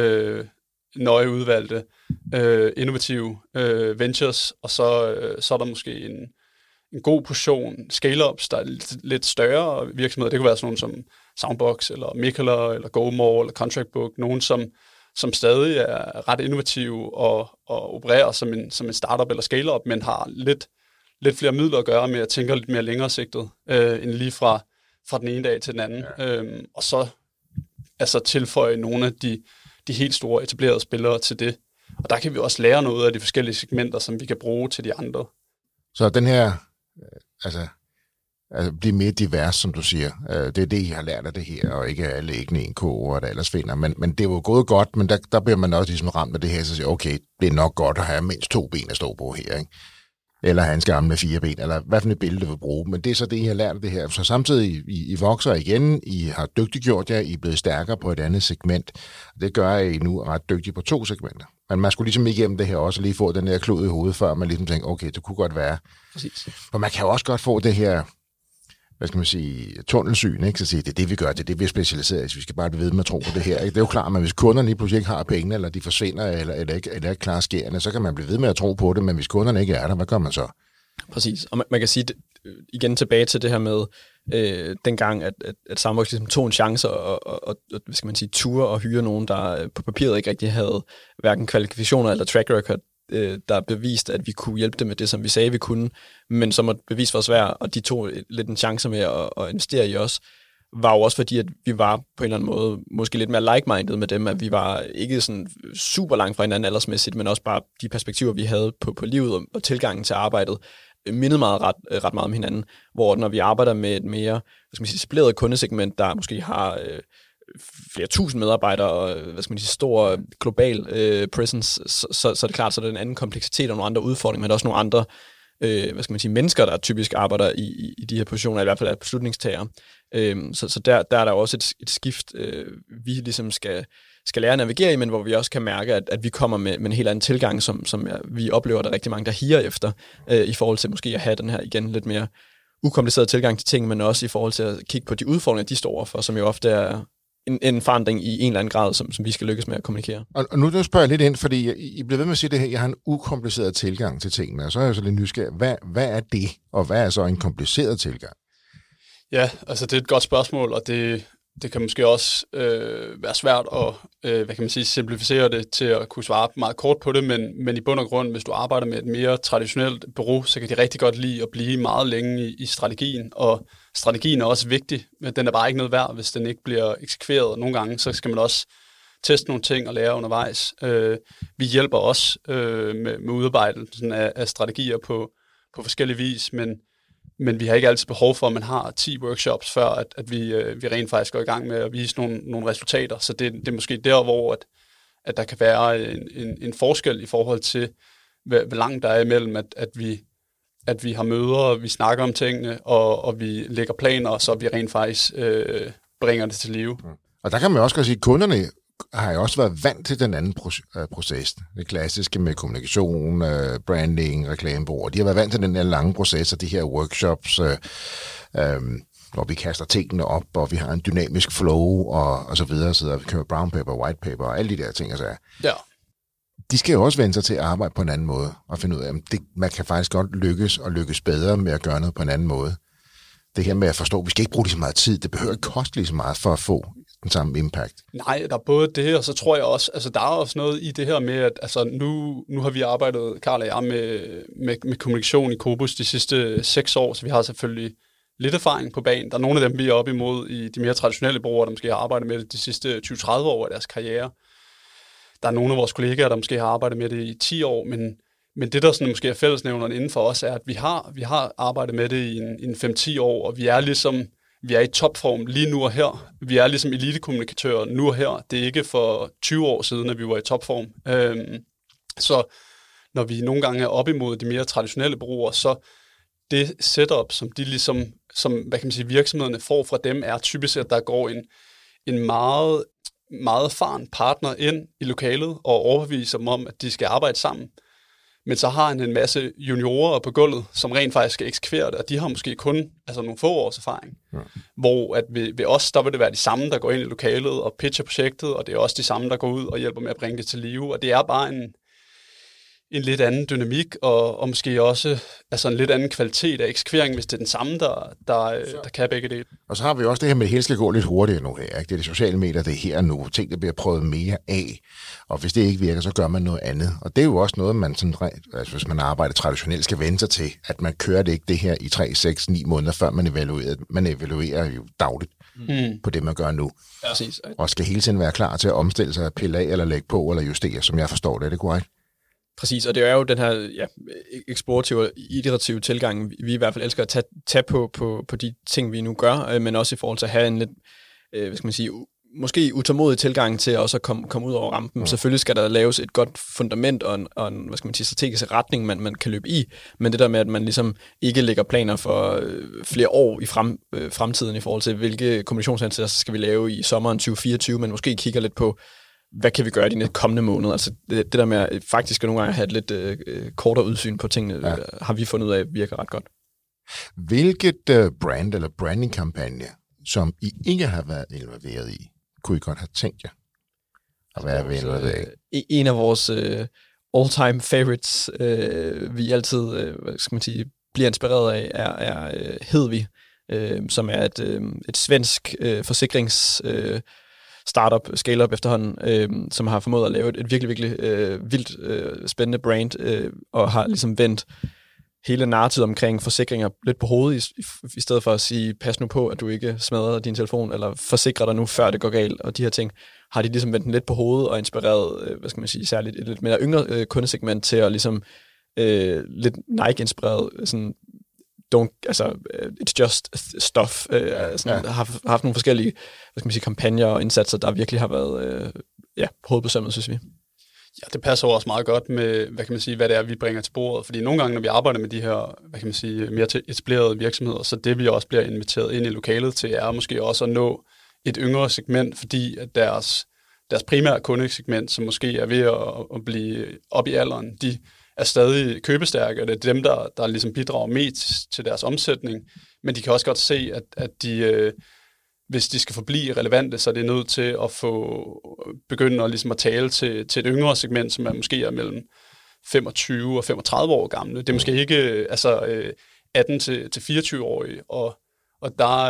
Speaker 5: nøje udvalgte, innovative ventures, og så er der måske en god portion scale-ups, der er lidt større virksomheder. Det kunne være sådan nogle som Soundbox, eller Mikkeller, eller GoMore, eller Contract Book, nogen som stadig er ret innovative og opererer som en startup eller scale-up, men har lidt flere midler at gøre med at tænke lidt mere længere sigtet, end lige fra den ene dag til den anden. Ja. Og så altså tilføje nogle af de helt store etablerede spillere til det. Og der kan vi også lære noget af de forskellige segmenter, som vi kan bruge til de andre.
Speaker 1: Så den her, altså blive mere divers, som du siger, det er det, I har lært af det her, og ikke alle æggene i en ko, og der ellers finder. Men det er jo gået godt, men der bliver man også ligesom ramt af det her, så siger, okay, det er nok godt at have mindst 2 ben at stå på her, ikke? Eller have en skærm med 4 ben, eller hvad for et billede du vil bruge. Men det er så det, I har lært af det her. Så samtidig, I vokser igen, I har dygtiggjort jer, I er blevet stærkere på et andet segment. Det gør, at I nu er ret dygtige på 2 segmenter. Men man skulle ligesom igennem det her også, lige få den der klud i hovedet, før man ligesom tænker, okay, det kunne godt være.
Speaker 5: Præcis.
Speaker 1: For man kan jo også godt få det her, hvad skal man sige, tunnelsyn, ikke? Så sige, det er det, vi gør, det er det, vi er specialiseret i, vi skal bare blive ved med at tro på det her. Ikke? Det er jo klart, at hvis kunderne lige pludselig ikke har penge, eller de forsvinder, eller ikke klarer skærende, så kan man blive ved med at tro på det, men hvis kunderne ikke er der, hvad gør man så?
Speaker 2: Præcis, og man kan sige, igen tilbage til det her med, dengang, at Soundbox ligesom tog en chance, og hvad skal man sige, ture og hyre nogen, der på papiret ikke rigtig havde hverken kvalifikationer eller track record, der beviste, at vi kunne hjælpe dem med det, som vi sagde, vi kunne, men som at bevise var svært, og de tog lidt en chance med at investere i os, var jo også fordi, at vi var på en eller anden måde måske lidt mere like-minded med dem, at vi var ikke sådan super langt fra hinanden aldersmæssigt, men også bare de perspektiver, vi havde på livet og tilgangen til arbejdet, mindede ret meget om hinanden, hvor når vi arbejder med et mere, hvad skal man sige, etableret kundesegment, der måske har flere tusind medarbejdere og stor global presence, så er det klart, så er der en anden kompleksitet og nogle andre udfordringer, men der er også nogle andre mennesker, der typisk arbejder i de her positioner, i hvert fald er beslutningstagere. Så der er der også et skift, vi ligesom skal lære at navigere i, men hvor vi også kan mærke, at vi kommer med en helt anden tilgang, som vi oplever, der er rigtig mange, der higer efter, i forhold til måske at have den her igen lidt mere ukompliceret tilgang til ting, men også i forhold til at kigge på de udfordringer, de står overfor, som jo ofte er en forandring i en eller anden grad, som vi skal lykkes med at kommunikere.
Speaker 1: Og nu spørger jeg lidt ind, fordi I bliver ved med at sige det her, jeg har en ukompliceret tilgang til tingene, og så er jeg så lidt nysgerrig. Hvad er det, og hvad er så en kompliceret tilgang? Ja,
Speaker 5: altså det er et godt spørgsmål, og det kan måske også være svært at simplificere det til at kunne svare meget kort på det, men i bund og grund, hvis du arbejder med et mere traditionelt bureau, så kan de rigtig godt lide at blive meget længe i strategien, og strategien er også vigtig, men den er bare ikke noget værd, hvis den ikke bliver eksekveret, og nogle gange så skal man også teste nogle ting og lære undervejs. Vi hjælper også med udarbejdelsen af strategier på forskellige vis, men vi har ikke altid behov for, at man har 10 workshops, før at vi rent faktisk går i gang med at vise nogle resultater. Så det er måske der, hvor at der kan være en forskel i forhold til, hvor langt der er imellem, at vi har møder, og vi snakker om tingene, og vi lægger planer, så vi rent faktisk bringer det til live.
Speaker 1: Og der kan man også sige, at kunderne har jo også været vant til den anden proces. Det klassiske med kommunikation, branding, reklamebureauer. De har været vant til den her lange proces, og de her workshops, hvor vi kaster tingene op, og vi har en dynamisk flow, og så videre, så vi kører brown paper, white paper, og alle de der ting. Altså.
Speaker 5: Ja.
Speaker 1: De skal jo også vende sig til at arbejde på en anden måde, og finde ud af, at man kan faktisk godt lykkes bedre med at gøre noget på en anden måde. Det her med at forstå, at vi skal ikke bruge lige så meget tid, det behøver ikke koste lige så meget for at få den samme impact.
Speaker 5: Nej, der er både det, og så tror jeg også, altså der er også noget i det her med, at altså, nu har vi arbejdet, Carl og jeg, med kommunikation i Cobus de sidste 6 år, så vi har selvfølgelig lidt erfaring på banen. Der er nogle af dem, vi er op imod i de mere traditionelle brugere, der måske har arbejdet med det de sidste 20-30 år af deres karriere. Der er nogle af vores kollegaer, der måske har arbejdet med det i 10 år, men det, der sådan måske er fællesnævneren inden for os, er, at vi har arbejdet med det i en 5-10 år, og vi er i topform lige nu og her. Vi er ligesom elitekommunikatører nu og her. Det er ikke for 20 år siden, at vi var i topform. Så når vi nogle gange er op imod de mere traditionelle brugere, så det setup, som de ligesom, virksomhederne får fra dem, er typisk, at der går en meget, meget erfaren partner ind i lokalet og overbeviser dem om, at de skal arbejde sammen. Men så har han en masse juniorer på gulvet, som rent faktisk skal eksekvere det, og de har måske kun nogle få års erfaring. Ja. Hvor at ved os, der vil det være de samme, der går ind i lokalet og pitcher projektet, og det er også de samme, der går ud og hjælper med at bringe det til live. Og det er bare en lidt anden dynamik, og måske også en lidt anden kvalitet af eksekvering, hvis det er den samme, der kan begge dele.
Speaker 1: Og så har vi også det her med, at det hele skal gå lidt hurtigere nu her. Ikke? Det er de sociale medier, det er her nu. Ting, der bliver prøvet mere af. Og hvis det ikke virker, så gør man noget andet. Og det er jo også noget, man sådan, hvis man arbejder traditionelt, skal vende sig til, at man kører det ikke det her i 3, 6, 9 måneder, før man evaluerer. Man evaluerer jo dagligt på det, man gør nu.
Speaker 2: Ja, præcis.
Speaker 1: Og skal hele tiden være klar til at omstille sig, pille af, eller lægge på, eller justere, som jeg forstår det. Er det korrekt?
Speaker 2: Præcis, og det er jo den her eksplorative og iterative tilgang, vi i hvert fald elsker at tage på de ting, vi nu gør, men også i forhold til at have en lidt, måske utålmodig tilgang til også at komme ud over rampen. Ja. Selvfølgelig skal der laves et godt fundament og en strategisk retning, man kan løbe i, men det der med, at man ligesom ikke lægger planer for flere år i fremtiden i forhold til, hvilke kommunikationsindsatser skal vi lave i sommeren 2024, men måske kigger lidt på, hvad kan vi gøre de kommende måneder? Altså det der med at faktisk nogle gange have et lidt kortere udsyn på tingene, har vi fundet ud af, virker ret godt.
Speaker 1: Hvilket brand eller branding-kampagne, som I ikke har været involveret i, kunne I godt have tænkt jer at være involveret i?
Speaker 2: En af vores all-time favorites, vi altid bliver inspireret af, er Hedvig, som er et svensk forsikrings startup, scale-up efterhånden, som har formået at lave et virkelig, virkelig vildt spændende brand, og har ligesom vendt hele narrativet omkring forsikringer lidt på hovedet, i stedet for at sige, pas nu på, at du ikke smadrer din telefon, eller forsikrer dig nu, før det går galt, og de her ting, har de ligesom vendt den lidt på hovedet, og inspireret, særligt et lidt mere yngre kundesegment til at ligesom lidt Nike-inspireret, sådan it's just stuff. Har haft nogle forskellige, kampagner og indsatser, der virkelig har været hovedbesømmet, synes vi.
Speaker 5: Ja, det passer også meget godt med, hvad det er, vi bringer til bordet. Fordi nogle gange, når vi arbejder med de her, mere etablerede virksomheder, så det vi også bliver inviteret ind i lokalet til, er måske også at nå et yngre segment, fordi at deres primære kundesegment, som måske er ved at blive op i alderen, de er stadig købestærke, og det er dem, der ligesom bidrager mest til deres omsætning. Men de kan også godt se, at de, hvis de skal forblive relevante, så er det nødt til at begynde at, ligesom at tale til et yngre segment, som måske er mellem 25 og 35 år gamle. Det er måske ikke 18 til 24-årige, og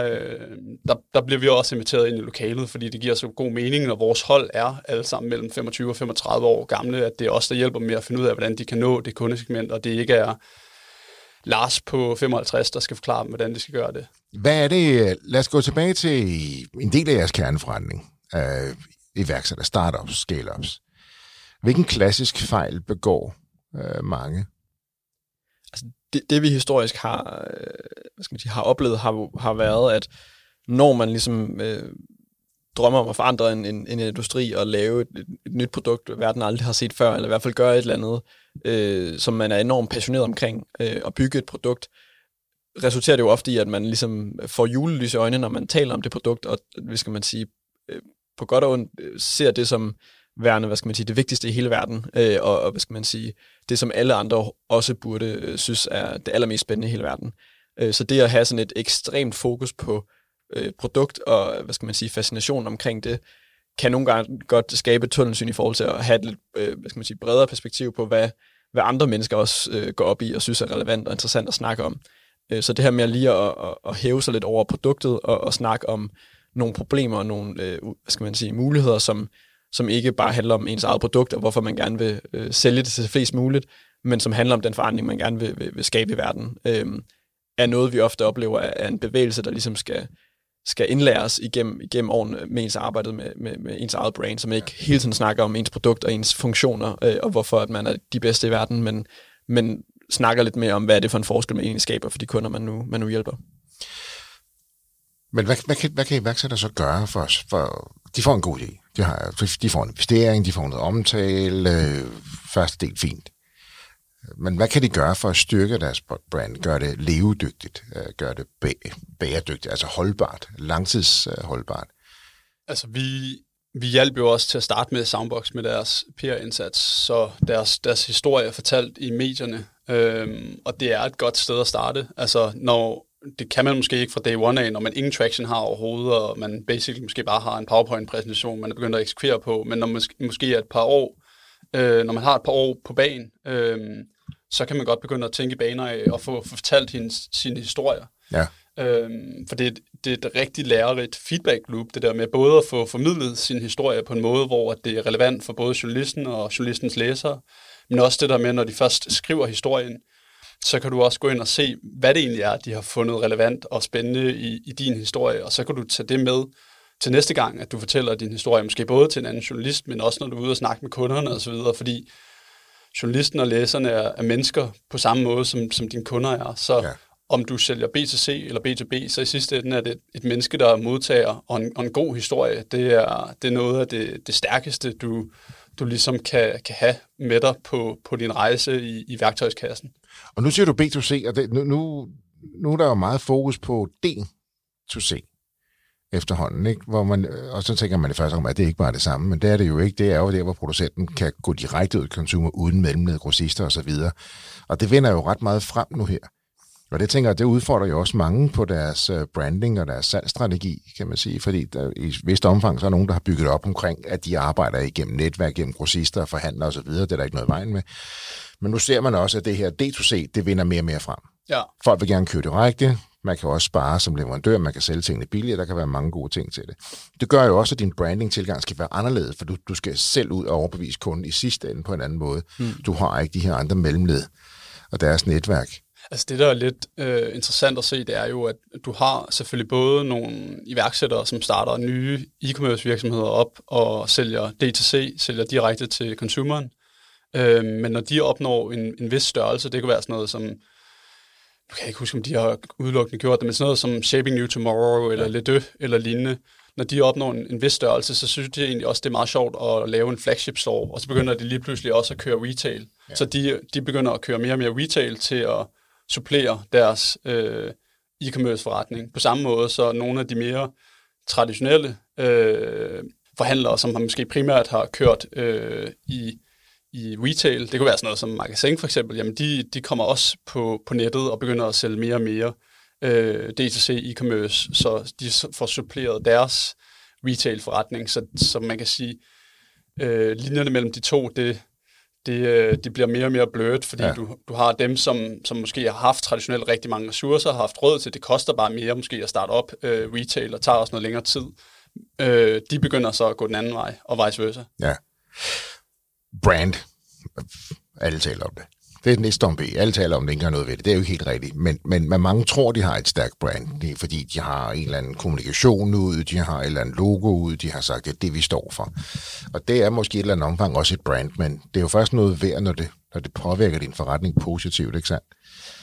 Speaker 5: der bliver vi også inviteret ind i lokalet, fordi det giver så god mening, når vores hold er alle sammen mellem 25 og 35 år gamle, at det er også der hjælper med at finde ud af, hvordan de kan nå det kundesegment, og det ikke er Lars på 55, der skal forklare dem, hvordan de skal gøre det.
Speaker 1: Hvad er det? Lad os gå tilbage til en del af jeres kerneforretning. Iværksætter, startups, scale-ups. Hvilken klassisk fejl begår mange?
Speaker 2: Altså det vi historisk har, har oplevet, har været, at når man ligesom drømmer om at forandre en industri og lave et nyt produkt, verden aldrig har set før, eller i hvert fald gøre et eller andet, som man er enormt passioneret omkring, at bygge et produkt, resulterer det jo ofte i, at man ligesom får julelys i øjnene, når man taler om det produkt, og på godt og ondt ser det som værende, det vigtigste i hele verden, og det som alle andre også burde synes er det allermest spændende i hele verden. Så det at have sådan et ekstremt fokus på produkt og, fascination omkring det, kan nogle gange godt skabe et tunnelsyn i forhold til at have et lidt, bredere perspektiv på, hvad andre mennesker også går op i og synes er relevant og interessant at snakke om. Så det her med lige at hæve sig lidt over produktet og snakke om nogle problemer og nogle, muligheder, som ikke bare handler om ens eget produkt, og hvorfor man gerne vil sælge det til flest muligt, men som handler om den forandring, man gerne vil skabe i verden, er noget, vi ofte oplever er en bevægelse, der ligesom skal indlæres igennem årene med ens arbejde med ens eget brand, som ikke hele tiden snakker om ens produkt og ens funktioner, og hvorfor at man er de bedste i verden, men snakker lidt mere om, hvad er det for en forskel, man egentlig skaber for de kunder, man nu hjælper.
Speaker 1: Men hvad kan iværksættere så gøre for de får en god idé. De får en investering, de får noget omtale, første del fint. Men hvad kan de gøre for at styrke deres brand, gøre det levedygtigt, gøre det bæredygtigt, altså holdbart, langtidsholdbart?
Speaker 5: Altså vi hjælper jo også til at starte med Soundbox med deres PR-indsats, så deres historie er fortalt i medierne, og det er et godt sted at starte. Altså det kan man måske ikke fra day one af, når man ingen traction har overhovedet, og man basically måske bare har en PowerPoint-præsentation, man er begyndt at eksekvere på, men når man måske er et par år, når man har et par år på bagen, så kan man godt begynde at tænke i baner af og få fortalt sine historier. Ja. For det er et rigtig lærerigt feedback loop, det der med både at få formidlet sin historie på en måde, hvor det er relevant for både journalisten og journalistens læsere, men også det der med, når de først skriver historien, så kan du også gå ind og se, hvad det egentlig er, de har fundet relevant og spændende i din historie, og så kan du tage det med til næste gang, at du fortæller din historie, måske både til en anden journalist, men også når du er ude og snakke med kunderne osv., fordi journalisten og læserne er mennesker på samme måde, som dine kunder er. Så om du sælger B2C eller B2B, så i sidste ende er det et menneske, der er modtager, og en god historie, det er noget af det stærkeste, du ligesom kan have med dig på din rejse i værktøjskassen.
Speaker 1: Og nu siger du B2C, og nu er der jo meget fokus på D2C efterhånden, ikke? Og så tænker man det først om, at det ikke bare er det samme, men det er det jo ikke. Det er jo der, hvor producenten kan gå direkte ud til consumer uden mellemled, grossister osv. Og det vinder jo ret meget frem nu her. Og det tænker jeg, det udfordrer jo også mange på deres branding og deres salgsstrategi, kan man sige, fordi der, i vist omfang så er nogen, der har bygget op omkring, at de arbejder igennem netværk, gennem grossister og forhandlere osv. Det er der ikke noget vejen med. Men nu ser man også, at det her D2C, det vinder mere og mere frem. Ja. Folk vil gerne købe direkte. Man kan også spare som leverandør, man kan sælge tingene billigere, der kan være mange gode ting til det. Det gør jo også, at din branding-tilgang skal være anderledes, for du skal selv ud og overbevise kunden i sidste ende på en anden måde. Du har ikke de her andre mellemled og deres netværk.
Speaker 5: Altså det, der er lidt interessant at se, det er jo, at du har selvfølgelig både nogle iværksættere, som starter nye e-commerce virksomheder op og sælger D2C, sælger direkte til consumeren. Men når de opnår en vis størrelse, det kan være sådan noget som kan jeg ikke huske, om de har udelukkende gjort det, men sådan noget som Shaping New Tomorrow, eller Le Deux, eller lignende. Når de opnår en vis størrelse, så synes jeg egentlig også, det er meget sjovt at lave en flagship store, og så begynder de lige pludselig også at køre retail. Ja. Så de begynder at køre mere og mere retail til at supplere deres e-commerce forretning. På samme måde, så nogle af de mere traditionelle forhandlere, som måske primært har kørt i retail, det kunne være sådan noget som Magasin for eksempel, jamen de kommer også på nettet og begynder at sælge mere og mere D2C e-commerce, så de får suppleret deres retail-forretning, så man kan sige, linjerne mellem de to, det bliver mere og mere blødt, fordi du har dem, som måske har haft traditionelt rigtig mange ressourcer, har haft råd til, det koster bare mere måske at starte op retail, og tager også noget længere tid. De begynder så at gå den anden vej, og vice versa.
Speaker 1: Ja. Brand. Alle taler om det. Det er den næste om B. Alle taler om, det ikke har noget ved det. Det er jo ikke helt rigtigt. Men mange tror, de har et stærkt brand. Det er fordi, de har en eller anden kommunikation ud, de har et eller andet logo ud, de har sagt, det er det, vi står for. Og det er måske et eller andet omfang også et brand, men det er jo først noget værd, når det påvirker din forretning positivt, ikke sandt?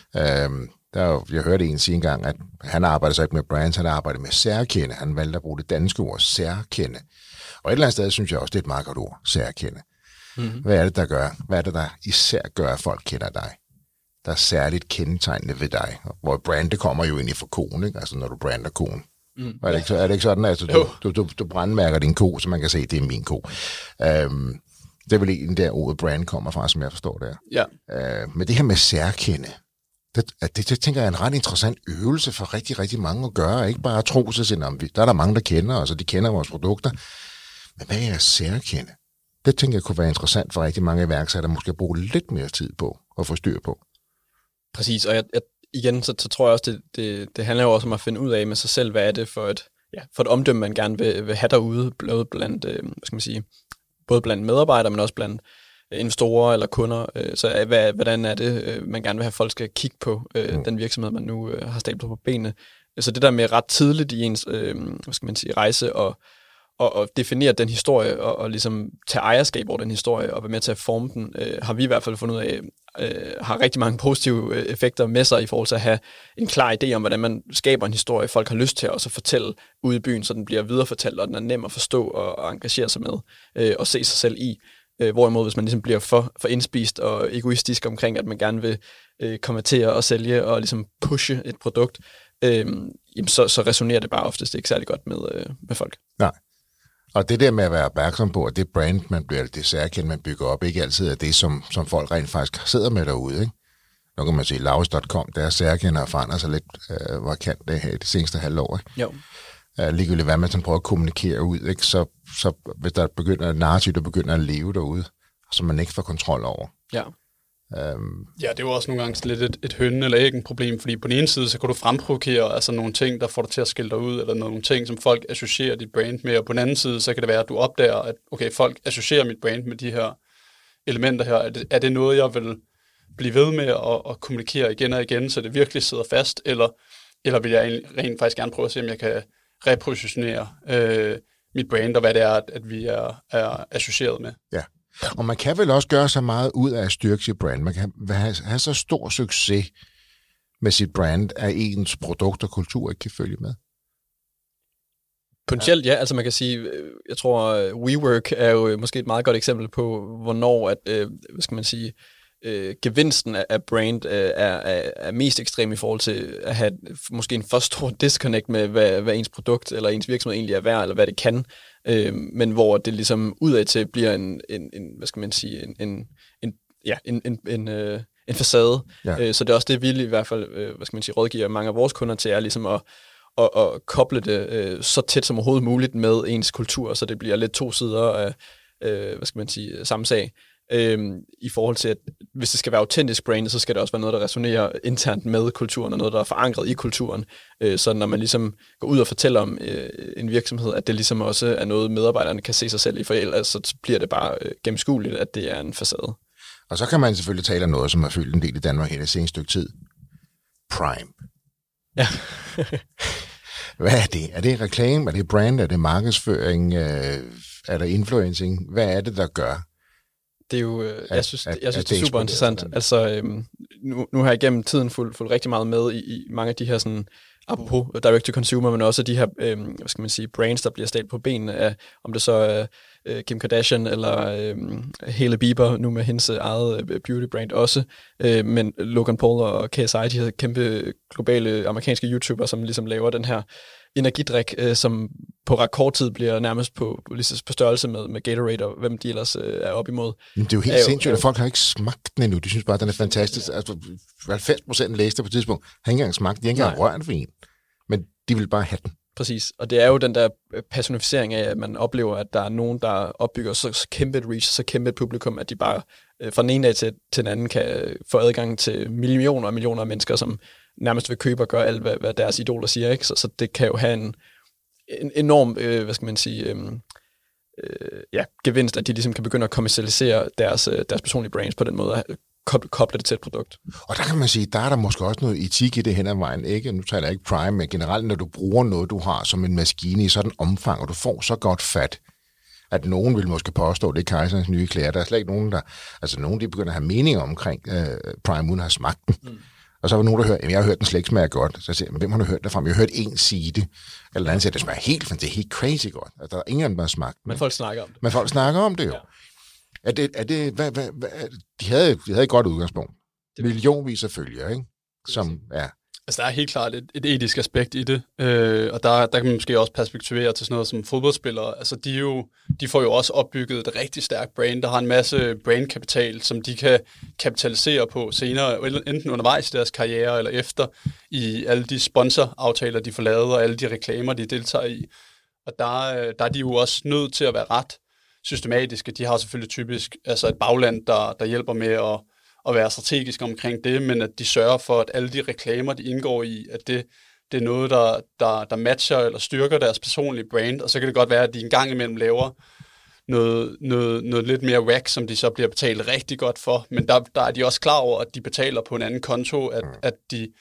Speaker 1: Jeg hørte en sige engang, at han arbejder så ikke med brands, han arbejder med særkende. Han valgte at bruge det danske ord, særkende. Og et eller andet sted synes jeg også, det er et meget godt ord, særkende. Mm-hmm. Hvad er det, der gør? Hvad er det, der især gør, at folk kender dig? Der er særligt kendetegnende ved dig. Hvor brande kommer jo ind i for koen, ikke? Altså når du brander koen. Mm. Er det ikke sådan? Altså, du brandmærker din ko, så man kan se, at det er min ko. Det er vel en der ordet brand kommer fra, som jeg forstår der.
Speaker 5: Ja.
Speaker 1: Men det her med særkende, det tænker jeg er en ret interessant øvelse for rigtig, rigtig mange at gøre. Ikke bare at tro sig selv om, der er der mange, der kender os, og de kender vores produkter. Men hvad er særkende? Det tænker jeg kunne være interessant for rigtig mange iværksættere, der måske bruge lidt mere tid på at få styr på.
Speaker 2: Præcis, og igen, så tror jeg også, det handler jo også om at finde ud af med sig selv, hvad er det for et omdømme, man gerne vil have derude, blandt, både blandt medarbejdere, men også blandt investorer eller kunder. Så hvordan er det, man gerne vil have, at folk skal kigge på den virksomhed, man nu har stablet på benene. Så det der med ret tidligt i ens rejse og definere den historie, og ligesom tage ejerskab over den historie, og være med til at forme den, har vi i hvert fald fundet ud af, har rigtig mange positive effekter med sig, i forhold til at have en klar idé om, hvordan man skaber en historie, folk har lyst til at også fortælle ude i byen, så den bliver viderefortalt, og den er nem at forstå og engagere sig med, og se sig selv i. Hvorimod, hvis man ligesom bliver for indspist og egoistisk omkring, at man gerne vil konvertere og sælge og ligesom pushe et produkt, så resonerer det bare oftest ikke særlig godt med folk.
Speaker 1: Nej. Og det der med at være opmærksom på, at det brand, man bliver, det særkendt, man bygger op, ikke altid er det, som folk rent faktisk sidder med derude, ikke? Nu kan man sige, Laus.com, der er særkendt og forandrer sig lidt markant det seneste halvår, ikke?
Speaker 2: Jo.
Speaker 1: Ligegyldigt hvad man sådan prøver at kommunikere ud, ikke? Så hvis der begynder et narrativ, der begynder at leve derude, som man ikke får kontrol over.
Speaker 2: Ja.
Speaker 5: Ja, det er jo også nogle gange lidt et hønne eller ikke en problem, fordi på den ene side, så kan du fremprovokere altså nogle ting, der får dig til at skille dig ud, eller nogle ting, som folk associerer dit brand med, og på den anden side, så kan det være, at du opdager, at okay, folk associerer mit brand med de her elementer her. Er det noget, jeg vil blive ved med at kommunikere igen og igen, så det virkelig sidder fast, eller vil jeg rent faktisk gerne prøve at se, om jeg kan repositionere mit brand, og hvad det er, at vi er associeret med.
Speaker 1: Ja. Og man kan vel også gøre så meget ud af at styrke sit brand. Man kan have så stor succes med sit brand, at ens produkt og kultur ikke kan følge med.
Speaker 2: Potentielt, ja. Altså man kan sige, jeg tror, WeWork er jo måske et meget godt eksempel på, hvornår gevinsten af brand er mest ekstrem i forhold til at have måske en for stor disconnect med, hvad ens produkt eller ens virksomhed egentlig er værd, eller hvad det kan, men hvor det ligesom udad til bliver en facade. Ja. Så det er også det, vi i hvert fald rådgiver mange af vores kunder til, er ligesom at koble det så tæt som overhovedet muligt med ens kultur, så det bliver lidt to sider af samme sag. I forhold til, at hvis det skal være autentisk brand, så skal det også være noget, der resonerer internt med kulturen, og noget, der er forankret i kulturen. Så når man ligesom går ud og fortæller om en virksomhed, at det ligesom også er noget, medarbejderne kan se sig selv i, for ellers så bliver det bare gennemskueligt, at det er en facade.
Speaker 1: Og så kan man selvfølgelig tale om noget, som har fyldt en del i Danmark hele det seneste stykke tid. Prime.
Speaker 2: Ja.
Speaker 1: Hvad er det? Er det reklame? Er det brand? Er det markedsføring? Er der influencing? Hvad er det, der gør,
Speaker 2: Det er jo, jeg synes, det er super interessant. Altså, nu har jeg igennem tiden fulgt rigtig meget med i mange af de her sådan, apropos direct-to-consumer, men også de her, hvad skal man sige, brands, der bliver stablet på benene af, om det så er Kim Kardashian eller Hailey Bieber, nu med hendes eget beauty-brand også, men Logan Paul og KSI, de her kæmpe globale amerikanske YouTubere, som ligesom laver den her energidrik, som på rekordtid bliver nærmest på størrelse med Gatorade og hvem de ellers er op imod.
Speaker 1: Men det er jo helt sindssygt, at folk har ikke smagt den endnu. De synes bare, at den er fantastisk. Ja. Altså, 90% læste på et tidspunkt har ikke engang smagt. De har ikke engang rørt for en. Men de vil bare have den.
Speaker 2: Præcis, og det er jo den der personificering af, at man oplever, at der er nogen, der opbygger så kæmpe et reach, så kæmpe et publikum, at de bare fra den ene dag til den anden kan få adgang til millioner og millioner af mennesker, som nærmest vil købe og gøre alt, hvad deres idoler siger, ikke? Så det kan jo have en enorm, hvad skal man sige, gevinst, at de ligesom kan begynde at kommercialisere deres personlige brands på den måde, koble det til et produkt.
Speaker 1: Og der kan man sige, der er der måske også noget etik i det hen ad vejen, ikke? Nu taler jeg ikke Prime, men generelt, når du bruger noget, du har som en maskine i sådan omfang, og du får så godt fat, at nogen vil måske påstå, at det er kejserens nye klæder. Der er slet ikke nogen, nogen de begynder at have meninger omkring Prime, uden at have smagt den. Og så var nogen, der hørte, jeg har hørt den slet ikke smager godt. Så jeg siger, men hvem har du hørt derfra? Jeg har hørt en sige det. Eller anden siger, det smager helt, det er helt crazy godt. Altså, der er ingen, der har smagt den.
Speaker 2: Men folk snakker om det.
Speaker 1: Men folk snakker om det jo. Ja. De havde et godt udgangspunkt. Millionvis af følgere, ikke? Som, ja.
Speaker 5: Altså, der er helt klart et etisk aspekt i det, og der kan man måske også perspektivere til sådan noget som fodboldspillere. Altså, de får jo også opbygget et rigtig stærkt brand, der har en masse brandkapital, som de kan kapitalisere på senere, enten undervejs i deres karriere eller efter, i alle de sponsoraftaler, de får lavet, og alle de reklamer, de deltager i. Og der er de jo også nødt til at være ret systematiske. De har selvfølgelig typisk altså et bagland, der hjælper med at være strategisk omkring det, men at de sørger for, at alle de reklamer, de indgår i, at det er noget, der matcher eller styrker deres personlige brand, og så kan det godt være, at de en gang imellem laver noget lidt mere whack, som de så bliver betalt rigtig godt for, men der er de også klar over, at de betaler på en anden konto, at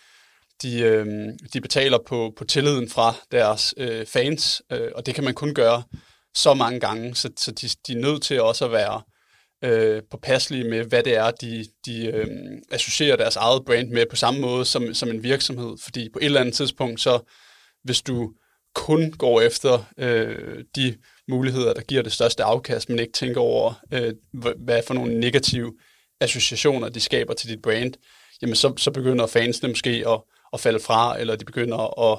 Speaker 5: de betaler på tilliden fra deres fans, og det kan man kun gøre så mange gange, så de er nødt til også at være påpasselige med, hvad det er, de associerer deres eget brand med på samme måde som en virksomhed. Fordi på et eller andet tidspunkt, så hvis du kun går efter de muligheder, der giver det største afkast, men ikke tænker over, hvad for nogle negative associationer, de skaber til dit brand, jamen så begynder fansene måske at falde fra, eller de begynder at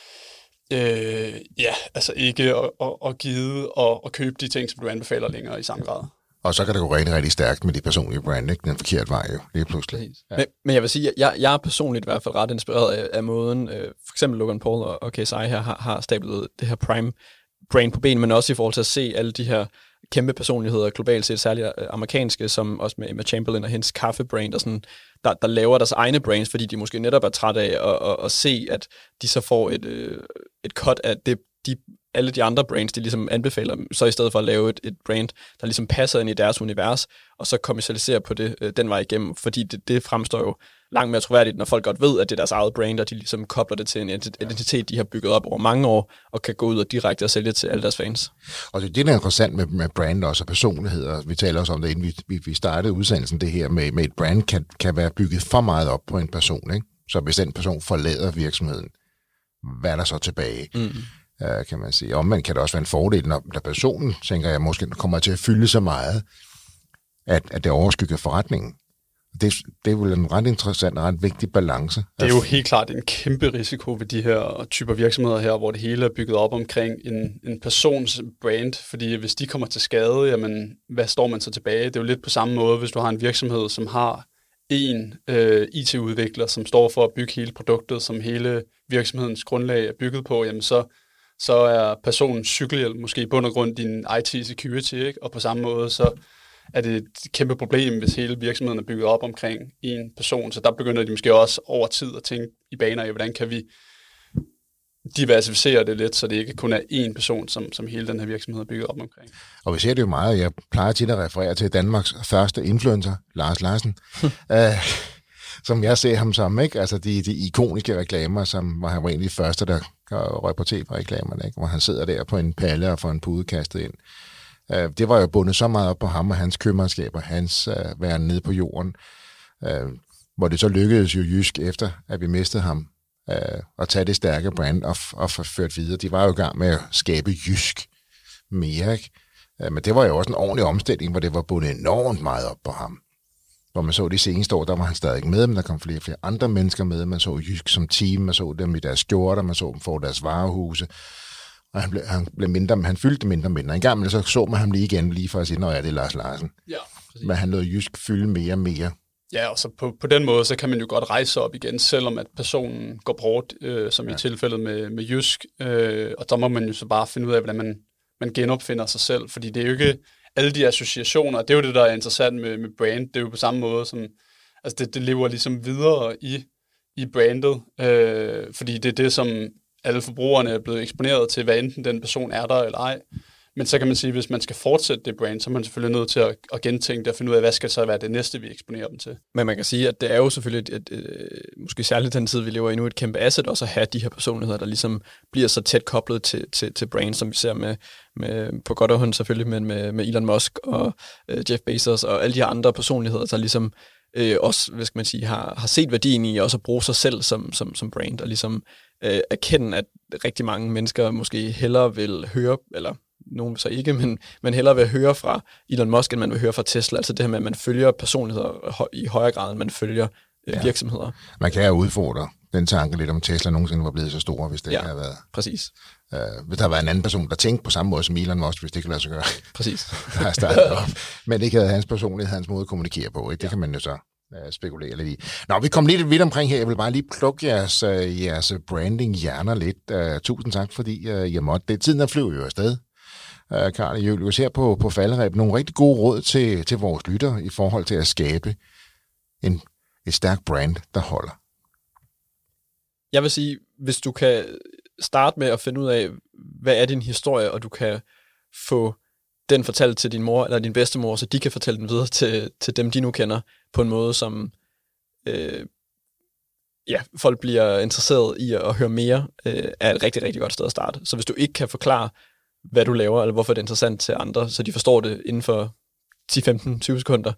Speaker 5: ikke at give og købe de ting, som du anbefaler længere i samme grad.
Speaker 1: Og så kan det gå rigtig, rigtig stærkt med de personlige brand, ikke? Den forkerte vej jo, lige pludselig.
Speaker 2: Ja. Men jeg vil sige, at jeg er personligt i hvert fald ret inspireret af måden, for eksempel Logan Paul og KSI her har stablet det her Prime brand på ben, men også i forhold til at se alle de her kæmpe personligheder globalt set, særligt amerikanske, som også med Chamberlain og hendes kaffebrand, og sådan, der laver deres egne brands, fordi de måske netop er træt af at se, at de så får et cut af det, alle de andre brands, de ligesom anbefaler, så i stedet for at lave et brand, der ligesom passer ind i deres univers, og så kommercialisere på det den vej igennem, fordi det fremstår jo langt mere troværdigt, når folk godt ved, at det er deres eget brand, og de ligesom kobler det til en identitet, de har bygget op over mange år, og kan gå ud og direkte og sælge til alle deres fans.
Speaker 1: Og det er interessant med brand også, og personligheder. Vi taler også om det, inden vi startede udsendelsen, det her med et brand kan være bygget for meget op på en person, ikke? Så hvis den person forlader virksomheden, hvad er der så tilbage? Kan man sige. Omvendt kan det også være en fordel, når personen, tænker jeg, måske kommer til at fylde så meget, at det overskygger forretningen. Det er jo en ret interessant og ret vigtig balance.
Speaker 5: Det er jo helt klart en kæmpe risiko ved de her typer virksomheder her, hvor det hele er bygget op omkring en persons brand, fordi hvis de kommer til skade, jamen, hvad står man så tilbage? Det er jo lidt på samme måde, hvis du har en virksomhed, som har en IT-udvikler, som står for at bygge hele produktet, som hele virksomhedens grundlag er bygget på, jamen så er personens cykelhjelm måske i bund og grund din IT-security, ikke? Og på samme måde, så er det et kæmpe problem, hvis hele virksomheden er bygget op omkring en person. Så der begynder de måske også over tid at tænke i baner af, hvordan kan vi diversificere det lidt, så det ikke kun er én person, som hele den her virksomhed er bygget op omkring.
Speaker 1: Og vi ser det jo meget. Jeg plejer tit at referere til Danmarks første influencer, Lars Larsen, som jeg ser ham som, ikke? Altså de ikoniske reklamer, hvor han var en af de første, der røg på tv-reklamerne, ikke? Hvor han sidder der på en palle og får en pude kastet ind. Det var jo bundet så meget op på ham og hans købmandskab og hans væren nede på jorden, hvor det så lykkedes jo Jysk efter, at vi mistede ham, at tage det stærke brand og ført videre. De var jo i gang med at skabe Jysk mere, ikke? Men det var jo også en ordentlig omstilling, hvor det var bundet enormt meget op på ham. Hvor man så de seneste år, der var han stadig med, men der kom flere og flere andre mennesker med. Man så Jysk som team, man så dem i deres skjorter, man så dem få deres varehuse. Og han blev mindre, men han fyldte mindre og mindre. En gang så man ham lige igen, lige for at sige, nå ja, det er Lars Larsen.
Speaker 5: Ja, præcis.
Speaker 1: Men han lod Jysk fylde mere og mere.
Speaker 5: Ja, og så på den måde, så kan man jo godt rejse op igen, selvom at personen går bort, som i tilfældet med Jysk. Og der må man jo så bare finde ud af, hvordan man genopfinder sig selv, fordi det er jo ikke alle de associationer, det er jo det, der er interessant med brand, det er jo på samme måde som, altså det lever ligesom videre i brandet, fordi det er det, som alle forbrugerne er blevet eksponeret til, hvad enten den person er der eller ej. Men så kan man sige, at hvis man skal fortsætte det brand, så er man selvfølgelig nødt til at gentænke det og finde ud af, hvad skal så være det næste, vi eksponerer dem til.
Speaker 2: Men man kan sige, at det er jo selvfølgelig, måske særligt den tid, vi lever i nu, et kæmpe asset også at have de her personligheder, der ligesom bliver så tæt koblet til brand, som vi ser med på godt og ondt selvfølgelig, men med Elon Musk og Jeff Bezos og alle de her andre personligheder, der ligesom også, hvad skal man sige, har set værdien i også at bruge sig selv som brand, og ligesom erkende, at rigtig mange mennesker måske hellere vil høre, eller nogen så ikke, men hellere vil høre fra Elon Musk, end man vil høre fra Tesla. Altså det her med, at man følger personligheder i højere grad, end man følger virksomheder. Man
Speaker 1: kan jo udfordre den tanke lidt, om Tesla nogensinde var blevet så stor, hvis det ikke havde været.
Speaker 2: Præcis.
Speaker 1: Hvis der var en anden person, der tænkte på samme måde som Elon Musk, hvis det ikke lade sig gøre.
Speaker 2: Præcis.
Speaker 1: Der har startet op. Men ikke havde hans personlighed, hans måde at kommunikere på. Ikke? Det kan man jo så spekulere lidt i. Nå, vi kom lidt vidt omkring her. Jeg vil bare lige plukke jeres branding-hjerner lidt. Tusind tak, fordi jeg måtte. Det er tiden, der flyver jo afsted. Carl Julius, her på falderæb, nogle rigtig gode råd til vores lyttere i forhold til at skabe et stærkt brand, der holder.
Speaker 2: Jeg vil sige, hvis du kan starte med at finde ud af, hvad er din historie, og du kan få den fortalt til din mor eller din bedstemor, så de kan fortælle den videre til dem, de nu kender, på en måde, som folk bliver interesseret i at høre mere, er et rigtig, rigtig godt sted at starte. Så hvis du ikke kan forklare, hvad du laver, eller hvorfor det er interessant til andre, så de forstår det inden for 10, 15, 20 sekunder,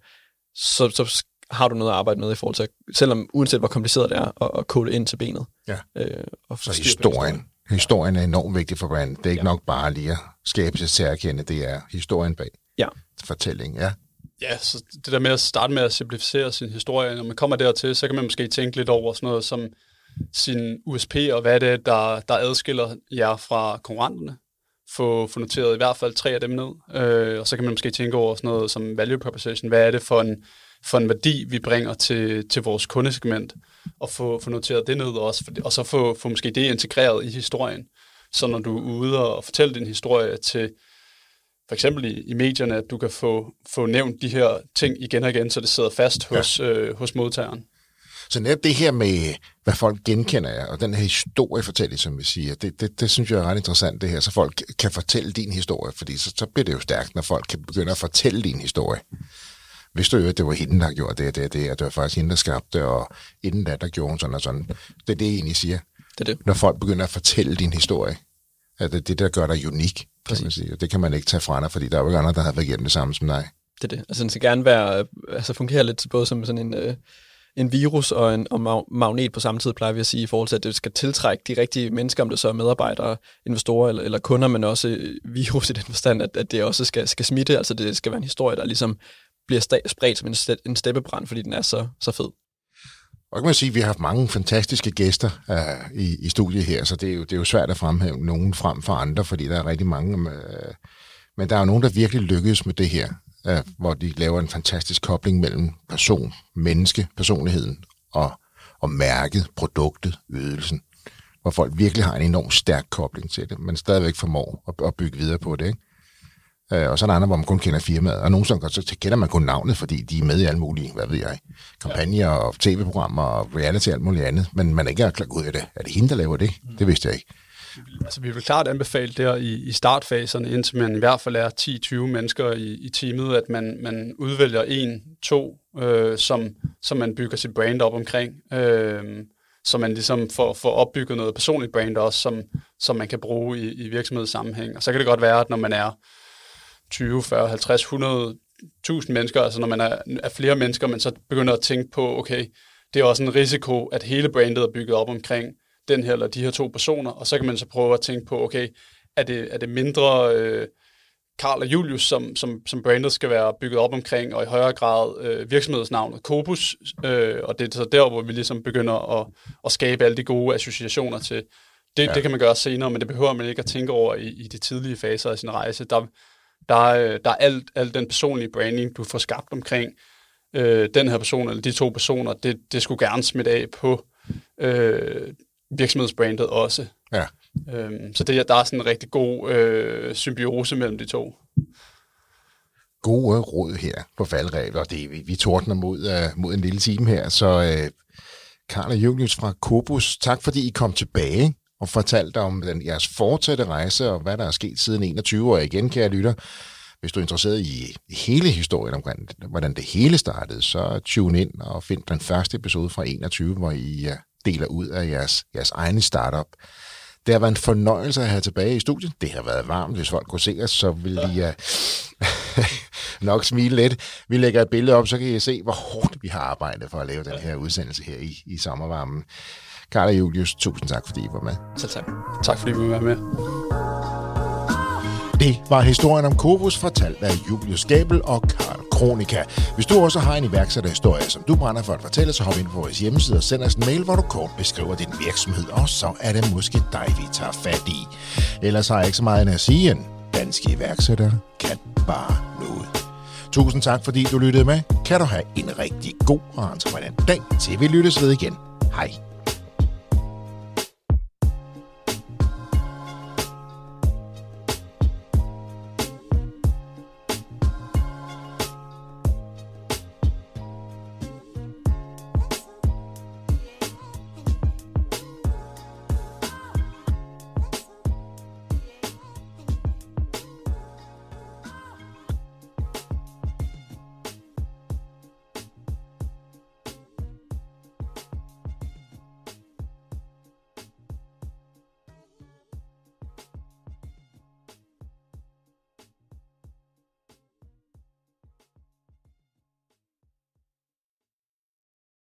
Speaker 2: så har du noget at arbejde med i forhold til, selvom uanset hvor kompliceret det er, at kode ind til benet. Ja.
Speaker 1: Så historien er enormt vigtig for brand. Det er ikke nok bare lige at skabe sig særkende, det er historien bag fortællingen. Ja.
Speaker 5: Ja, så det der med at starte med at simplificere sin historie, når man kommer dertil, så kan man måske tænke lidt over sådan noget som sin USP, og hvad det er, der adskiller jer fra konkurrenterne. Få noteret i hvert fald 3 af dem ned, og så kan man måske tænke over sådan noget som value proposition. Hvad er det for en værdi, vi bringer til vores kundesegment, og få noteret det ned også, og så få måske det integreret i historien. Så når du er ude og fortælle din historie til, for eksempel i medierne, at du kan få nævnt de her ting igen og igen, så det sidder fast hos modtageren.
Speaker 1: Så netop det her med, hvad folk genkender jer, og den her historiefortælling, som vi siger, det synes jeg er ret interessant, det her, så folk kan fortælle din historie, fordi så bliver det jo stærkt, når folk kan begynde at fortælle din historie. Hvis du jo, at det var hende, der gjorde det, at det var faktisk hende, der skabte, og inden da, der gjorde hun sådan og sådan. Det er det, jeg egentlig siger.
Speaker 2: Det er det.
Speaker 1: Når folk begynder at fortælle din historie, at det er det, der gør dig unik, kan man sige. Og det kan man ikke tage fra dig, fordi der er jo ikke andre, der har været igennem det samme som dig.
Speaker 2: Det er det. Altså den skal gerne være, fungere lidt både som sådan en virus og en magnet på samme tid, plejer vi at sige, i forhold til, at det skal tiltrække de rigtige mennesker, om det så er medarbejdere, investorer eller kunder, men også virus i den forstand, at det også skal smitte, altså det skal være en historie, der ligesom bliver spredt som en steppebrand, fordi den er så fed.
Speaker 1: Og kan man sige, at vi har haft mange fantastiske gæster i studiet her, så det er jo svært at fremhæve nogen frem for andre, fordi der er rigtig mange, men der er jo nogen, der virkelig lykkes med det her, hvor de laver en fantastisk kobling mellem personligheden og mærket, produktet, ydelsen, hvor folk virkelig har en enormt stærk kobling til det, men stadigvæk formår at bygge videre på det, ikke? Og så er der andre, hvor man kun kender firmaet, og nogle gange så kender man kun navnet, fordi de er med i alle mulige, hvad ved jeg, kampagner og tv-programmer og reality og alt muligt andet, men man er ikke klar ud af det. Er det hende, der laver det? Det vidste jeg ikke.
Speaker 5: Altså, vi vil klart anbefale der i startfaserne, indtil man i hvert fald er 10-20 mennesker i teamet, at man udvælger 1-2, som man bygger sit brand op omkring, så man ligesom får opbygget noget personligt brand også, som man kan bruge i virksomhedssammenhæng. Og så kan det godt være, at når man er 20, 40, 50, 100.000 mennesker, altså når man er flere mennesker, man så begynder at tænke på, okay, det er også en risiko, at hele brandet er bygget op omkring den her eller de her 2 personer, og så kan man så prøve at tænke på, okay, er det mindre Carl og Julius, som brandet skal være bygget op omkring, og i højere grad virksomhedsnavnet Cobus, og det er så der, hvor vi ligesom begynder at skabe alle de gode associationer til. Det kan man gøre senere, men det behøver man ikke at tænke over i de tidlige faser af sin rejse. Der er alt den personlige branding, du får skabt omkring den her person, eller de 2 personer, det skulle gerne smitte af på virksomhedsbrandet også. Ja. Så der er sådan en rigtig god symbiose mellem de 2.
Speaker 1: Gode råd her på faldrebet, og vi tordner mod en lille time her, så Carl og Julius fra Cobus, tak fordi I kom tilbage og fortalte om jeres fortsatte rejse, og hvad der er sket siden 21 år. Igen, kære lytter, hvis du er interesseret i hele historien omkring, hvordan det hele startede, så tune ind og find den første episode fra 21, hvor I deler ud af jeres egen startup. Det har været en fornøjelse at have tilbage i studiet. Det har været varmt. Hvis folk kunne se os, så vil de nok smile lidt. Vi lægger et billede op, så kan I se, hvor hårdt vi har arbejdet for at lave den her udsendelse her i sommervarmen. Carl og Julius, tusind tak, fordi I var med.
Speaker 5: Selv tak. Tak, fordi vi var med.
Speaker 1: Det var historien om Cobus, fortalt af Julius Gabel og Carl Kronika. Hvis du også har en iværksætterhistorie, som du brænder for at fortælle, så hop ind på vores hjemmeside og send os en mail, hvor du kort beskriver din virksomhed, og så er det måske dig, vi tager fat i. Ellers har jeg ikke så meget end at sige, en danske iværksætter kan bare noget. Tusind tak, fordi du lyttede med. Kan du have en rigtig god og entreprenant dag, til vi lyttes ved igen. Hej.